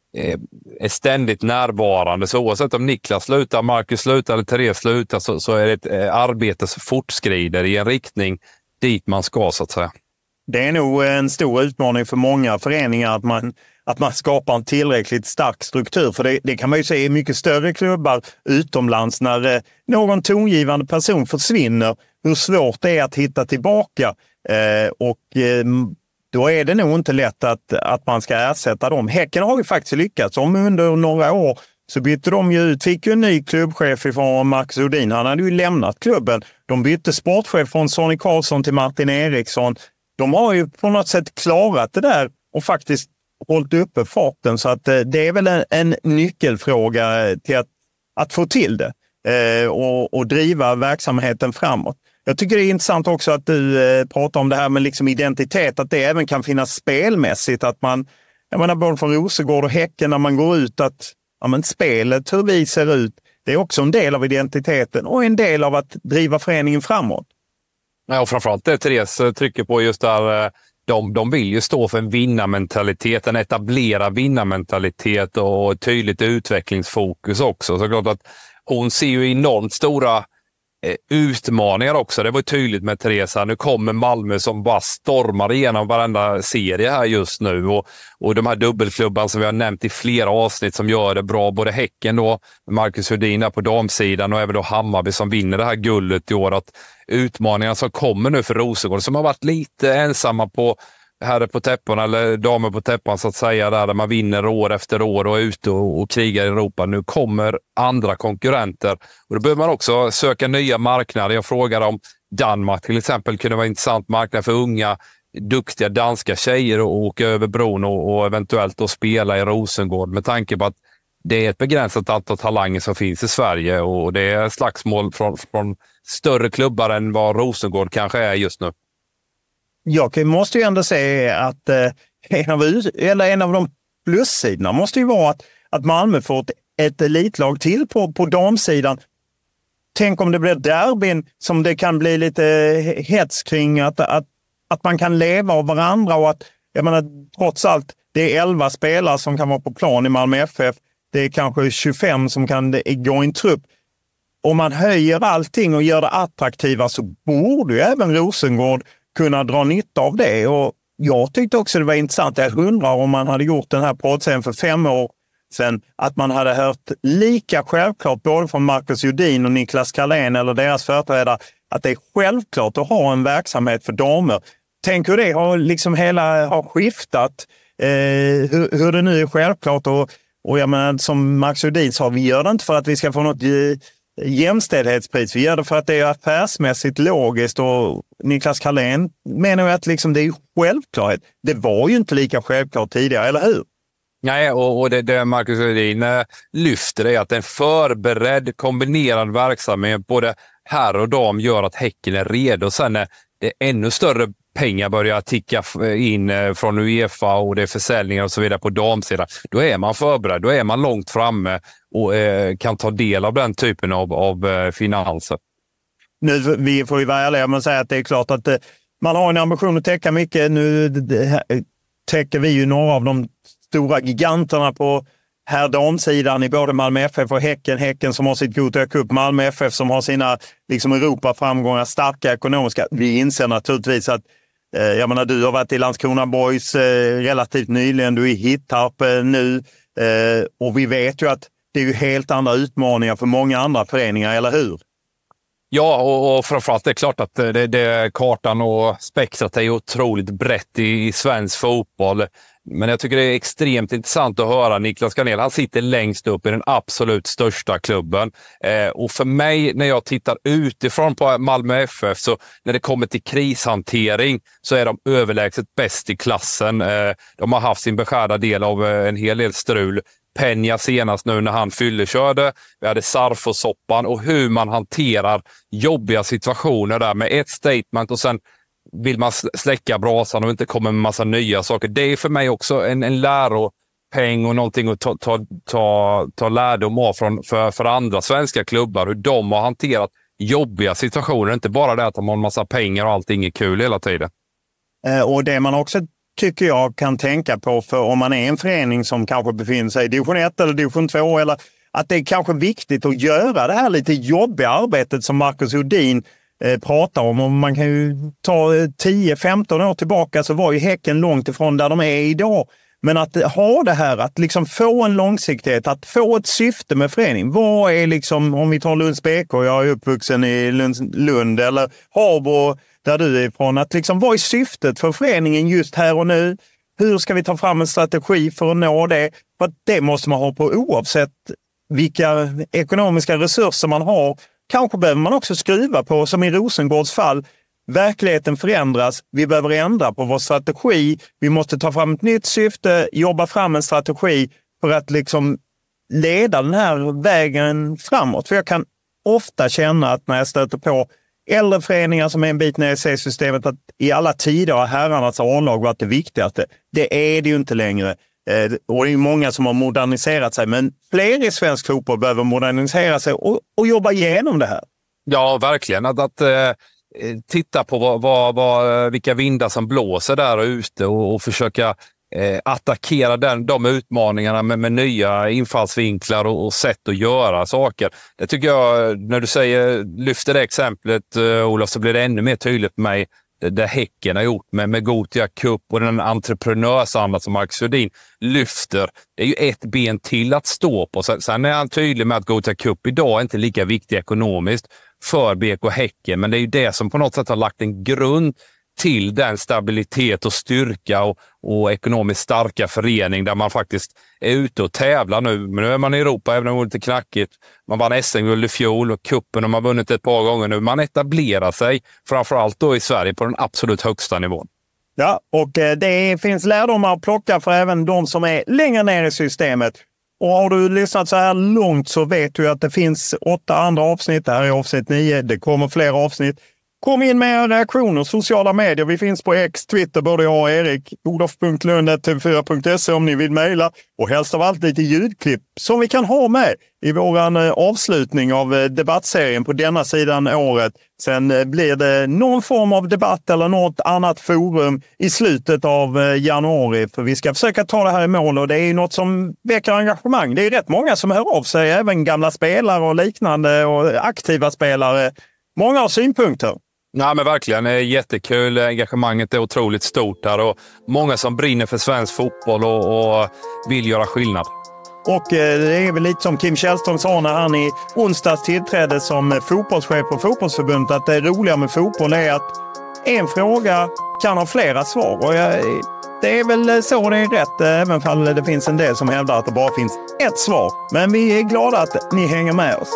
K: är ständigt närvarande. Så oavsett om Niklas slutar, Marcus slutar eller Therese slutar så, så är det ett eh, arbete som fortskrider i en riktning dit man ska så att säga.
J: Det är nog en stor utmaning för många föreningar att man, att man skapar en tillräckligt stark struktur. För det, det kan man ju se i mycket större klubbar utomlands när eh, någon tongivande person försvinner. Hur svårt det är att hitta tillbaka. Eh, och eh, då är det nog inte lätt att, att man ska ersätta dem. Häcken har ju faktiskt lyckats. Om under några år så bytte de ju ut, fick ju en ny klubbchef ifrån Marcus Odin. Han hade ju lämnat klubben. De bytte sportchef från Sonny Karlsson till Martin Eriksson. De har ju på något sätt klarat det där och faktiskt hållit uppe farten så att det är väl en, en nyckelfråga till att, att få till det eh, och, och driva verksamheten framåt. Jag tycker det är intressant också att du eh, pratar om det här med liksom identitet, att det även kan finnas spelmässigt att man, jag menar både från Rosengård och Häcken när man går ut att ja, men spelet, hur vi ser ut, det är också en del av identiteten och en del av att driva föreningen framåt.
K: Ja, och framförallt det Therese trycker på just där de, de vill ju stå för en vinnarmentalitet, en etablerad vinnarmentalitet och ett tydligt utvecklingsfokus också. Så klart att hon ser ju enormt stora eh, utmaningar också. Det var ju tydligt med Therese. Nu kommer Malmö som bara stormar igenom varenda serie här just nu och, och de här dubbelklubbarna som vi har nämnt i flera avsnitt som gör det bra. Både Häcken då, Marcus Odin där på damsidan och även då Hammarby som vinner det här guldet i år. Att utmaningarna som kommer nu för Rosengård som har varit lite ensamma på herre på täppan eller damer på täppan så att säga, där, där man vinner år efter år och är ute och, och krigar i Europa. Nu kommer andra konkurrenter och då behöver man också söka nya marknader. Jag frågar om Danmark till exempel kunde vara en intressant marknad för unga, duktiga danska tjejer att åka över bron och, och eventuellt då spela i Rosengård, med tanke på att det är ett begränsat antal talanger som finns i Sverige och det är slagsmål från, från större klubbar än vad Rosengård kanske är just nu.
J: Jag måste ju ändå säga att eh, en, av, eller en av de plussidorna måste ju vara att, att Malmö får ett, ett elitlag till på, på damsidan. Tänk om det blir derbyn som det kan bli lite hets kring, att, att, att man kan leva av varandra och att, jag menar, trots allt, det är elva spelare som kan vara på plan i Malmö F F. Det är kanske tjugofem som kan gå i en trupp. Om man höjer allting och gör det attraktiva så borde ju även Rosengård kunna dra nytta av det. Och jag tyckte också det var intressant. Jag undrar om man hade gjort den här podden för fem år sedan, att man hade hört lika självklart både från Marcus Jodin och Niklas Carlén eller deras företrädare att det är självklart att ha en verksamhet för damer. Tänk hur det har liksom hela har skiftat. Eh, hur, hur det nu är självklart och, och jag menar, som Marcus Jodin sa, vi gör det inte för att vi ska få något jämställdhetspris. Vi gör det för att det är affärsmässigt logiskt och Niklas Carlén menar ju att liksom det är självklarhet. Det var ju inte lika självklart tidigare, eller hur?
K: Nej, och, och det, det Marcus Jodin eh, lyfter är att en förberedd kombinerad verksamhet både här och dam gör att Häcken är redo. Sen är det ännu större pengar börjar ticka in från UEFA och det är försäljningar och så vidare på damsidan. Då är man förberedd, då är man långt framme och eh, kan ta del av den typen av, av eh, finanser.
J: Nu, vi får ju vara ärliga med att säga att det är klart att eh, man har en ambition att täcka mycket. Nu det, täcker vi ju några av de stora giganterna på här damsidan i både Malmö F F och Häcken. Häcken som har sitt Gothia Cup, Malmö F F som har sina liksom Europa-framgångar, starka ekonomiska. Vi inser naturligtvis att eh, jag menar, du har varit i Landskrona Boys eh, relativt nyligen, du är i Hittarp eh, nu eh, och vi vet ju att det är ju helt andra utmaningar för många andra föreningar, eller hur?
K: Ja, och, och framförallt det är klart att det, det, kartan och spektrat är otroligt brett i, i svensk fotboll. Men jag tycker det är extremt intressant att höra Niklas Carlén. Han sitter längst upp i den absolut största klubben. Eh, och för mig, när jag tittar utifrån på Malmö F F, så när det kommer till krishantering så är de överlägset bäst i klassen. Eh, de har haft sin beskärda del av eh, en hel del strul. Peña senast nu när han fyllekörde. Vi hade Sarfo-soppan och hur man hanterar jobbiga situationer där med ett statement och sen vill man släcka brasan och inte komma med massa nya saker. Det är för mig också en, en läropeng och någonting att ta, ta, ta, ta lärdom av från, för, för andra svenska klubbar. Hur de har hanterat jobbiga situationer. Inte bara det att de har en massa pengar och allting är kul hela tiden.
J: Eh, och det man också tycker jag kan tänka på, för om man är en förening som kanske befinner sig i division ett eller division två, eller att det är kanske viktigt att göra det här lite jobbiga arbetet som Marcus Jodin eh, pratar om. Och man kan ju ta tio femton år tillbaka så var ju Häcken långt ifrån där de är idag. Men att ha det här, att liksom få en långsiktighet, att få ett syfte med förening. Vad är liksom, om vi tar Lunds B K, jag är uppvuxen i Lund, Lund eller Habo där du är ifrån, att liksom vad är syftet för föreningen just här och nu? Hur ska vi ta fram en strategi för att nå det? För att det måste man ha på oavsett vilka ekonomiska resurser man har. Kanske behöver man också skruva på, som i Rosengårds fall. Verkligheten förändras, vi behöver ändra på vår strategi. Vi måste ta fram ett nytt syfte, jobba fram en strategi för att liksom leda den här vägen framåt. För jag kan ofta känna att när jag stöter på äldre föreningar som är en bit ner i C-systemet, att i alla tider har herrarnas A-lag varit det viktigaste. Det är det ju inte längre. Eh, och det är många som har moderniserat sig, men fler i svensk fotboll behöver modernisera sig och, och jobba igenom det här.
K: Ja, verkligen. Att, att eh, titta på vad, vad, vad, vilka vindar som blåser där och ute och, och försöka eh, attackera den, de utmaningarna med, med nya infallsvinklar och, och sätt att göra saker. Det tycker jag, när du säger, lyfter det exemplet, eh, Olof, så blir det ännu mer tydligt för mig det, det Häcken har gjort med, med Gothia Cup och den entreprenörsanda som Marcus Jodin lyfter. Det är ju ett ben till att stå på. Sen, sen är han tydlig med att Gothia Cup idag är inte lika viktig ekonomiskt för B K Häcken, men det är ju det som på något sätt har lagt en grund till den stabilitet och styrka och, och ekonomiskt starka förening där man faktiskt är ute och tävlar nu. Men nu är man i Europa, även om det är lite knackigt. Man vann S M-guld i fjol och kuppen har man vunnit ett par gånger nu. Man etablerar sig, framförallt då i Sverige, på den absolut högsta nivån.
J: Ja, och det finns lärdomar att plocka för även de som är längre ner i systemet. Och har du lyssnat så här långt så vet du att det finns åtta andra avsnitt. Det här är avsnitt nio. Det kommer fler avsnitt. Kom in med era reaktioner, sociala medier. Vi finns på X, Twitter, både jag och Erik. olof punkt lund snabel-a t v fyra punkt se om ni vill mejla. Och helst av allt lite ljudklipp som vi kan ha med i våran avslutning av debattserien på denna sidan året. Sen blir det någon form av debatt eller något annat forum i slutet av januari. För vi ska försöka ta det här i mål och det är något som väcker engagemang. Det är rätt många som hör av sig, även gamla spelare och liknande och aktiva spelare. Många har synpunkter.
K: Nej, men verkligen. Det är jättekul. Engagemanget är otroligt stort här och många som brinner för svensk fotboll och, och vill göra skillnad.
J: Och eh, det är väl lite som Kim Källström sa när han i onsdags tillträdde som fotbollschef på Fotbollsförbundet, att det roliga med fotboll är att en fråga kan ha flera svar. Och jag, det är väl så det är rätt, även om det finns en del som hävdar att det bara finns ett svar. Men vi är glada att ni hänger med oss.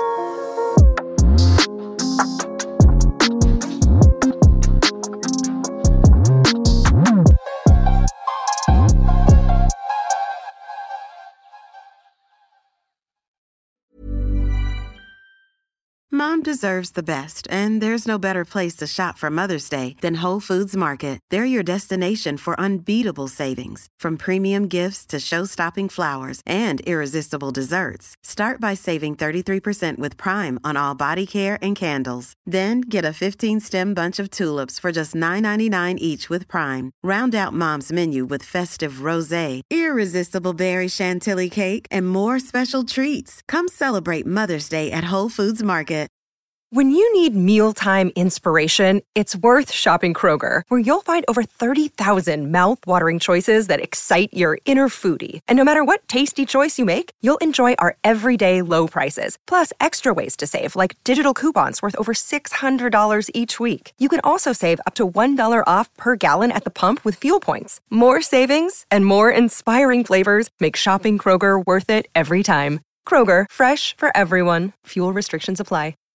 C: Mom deserves the best, and there's no better place to shop for Mother's Day than Whole Foods Market. They're your destination for unbeatable savings, from premium gifts to show-stopping flowers and irresistible desserts. Start by saving thirty-three percent with Prime on all body care and candles. Then get a fifteen-stem bunch of tulips for just nine ninety-nine each with Prime. Round out Mom's menu with festive rosé, irresistible berry chantilly cake, and more special treats. Come celebrate Mother's Day at Whole Foods Market.
R: When you need mealtime inspiration, it's worth shopping Kroger, where you'll find over thirty thousand mouth-watering choices that excite your inner foodie. And no matter what tasty choice you make, you'll enjoy our everyday low prices, plus extra ways to save, like digital coupons worth over six hundred dollars each week. You can also save up to one dollar off per gallon at the pump with fuel points. More savings and more inspiring flavors make shopping Kroger worth it every time. Kroger, fresh for everyone. Fuel restrictions apply.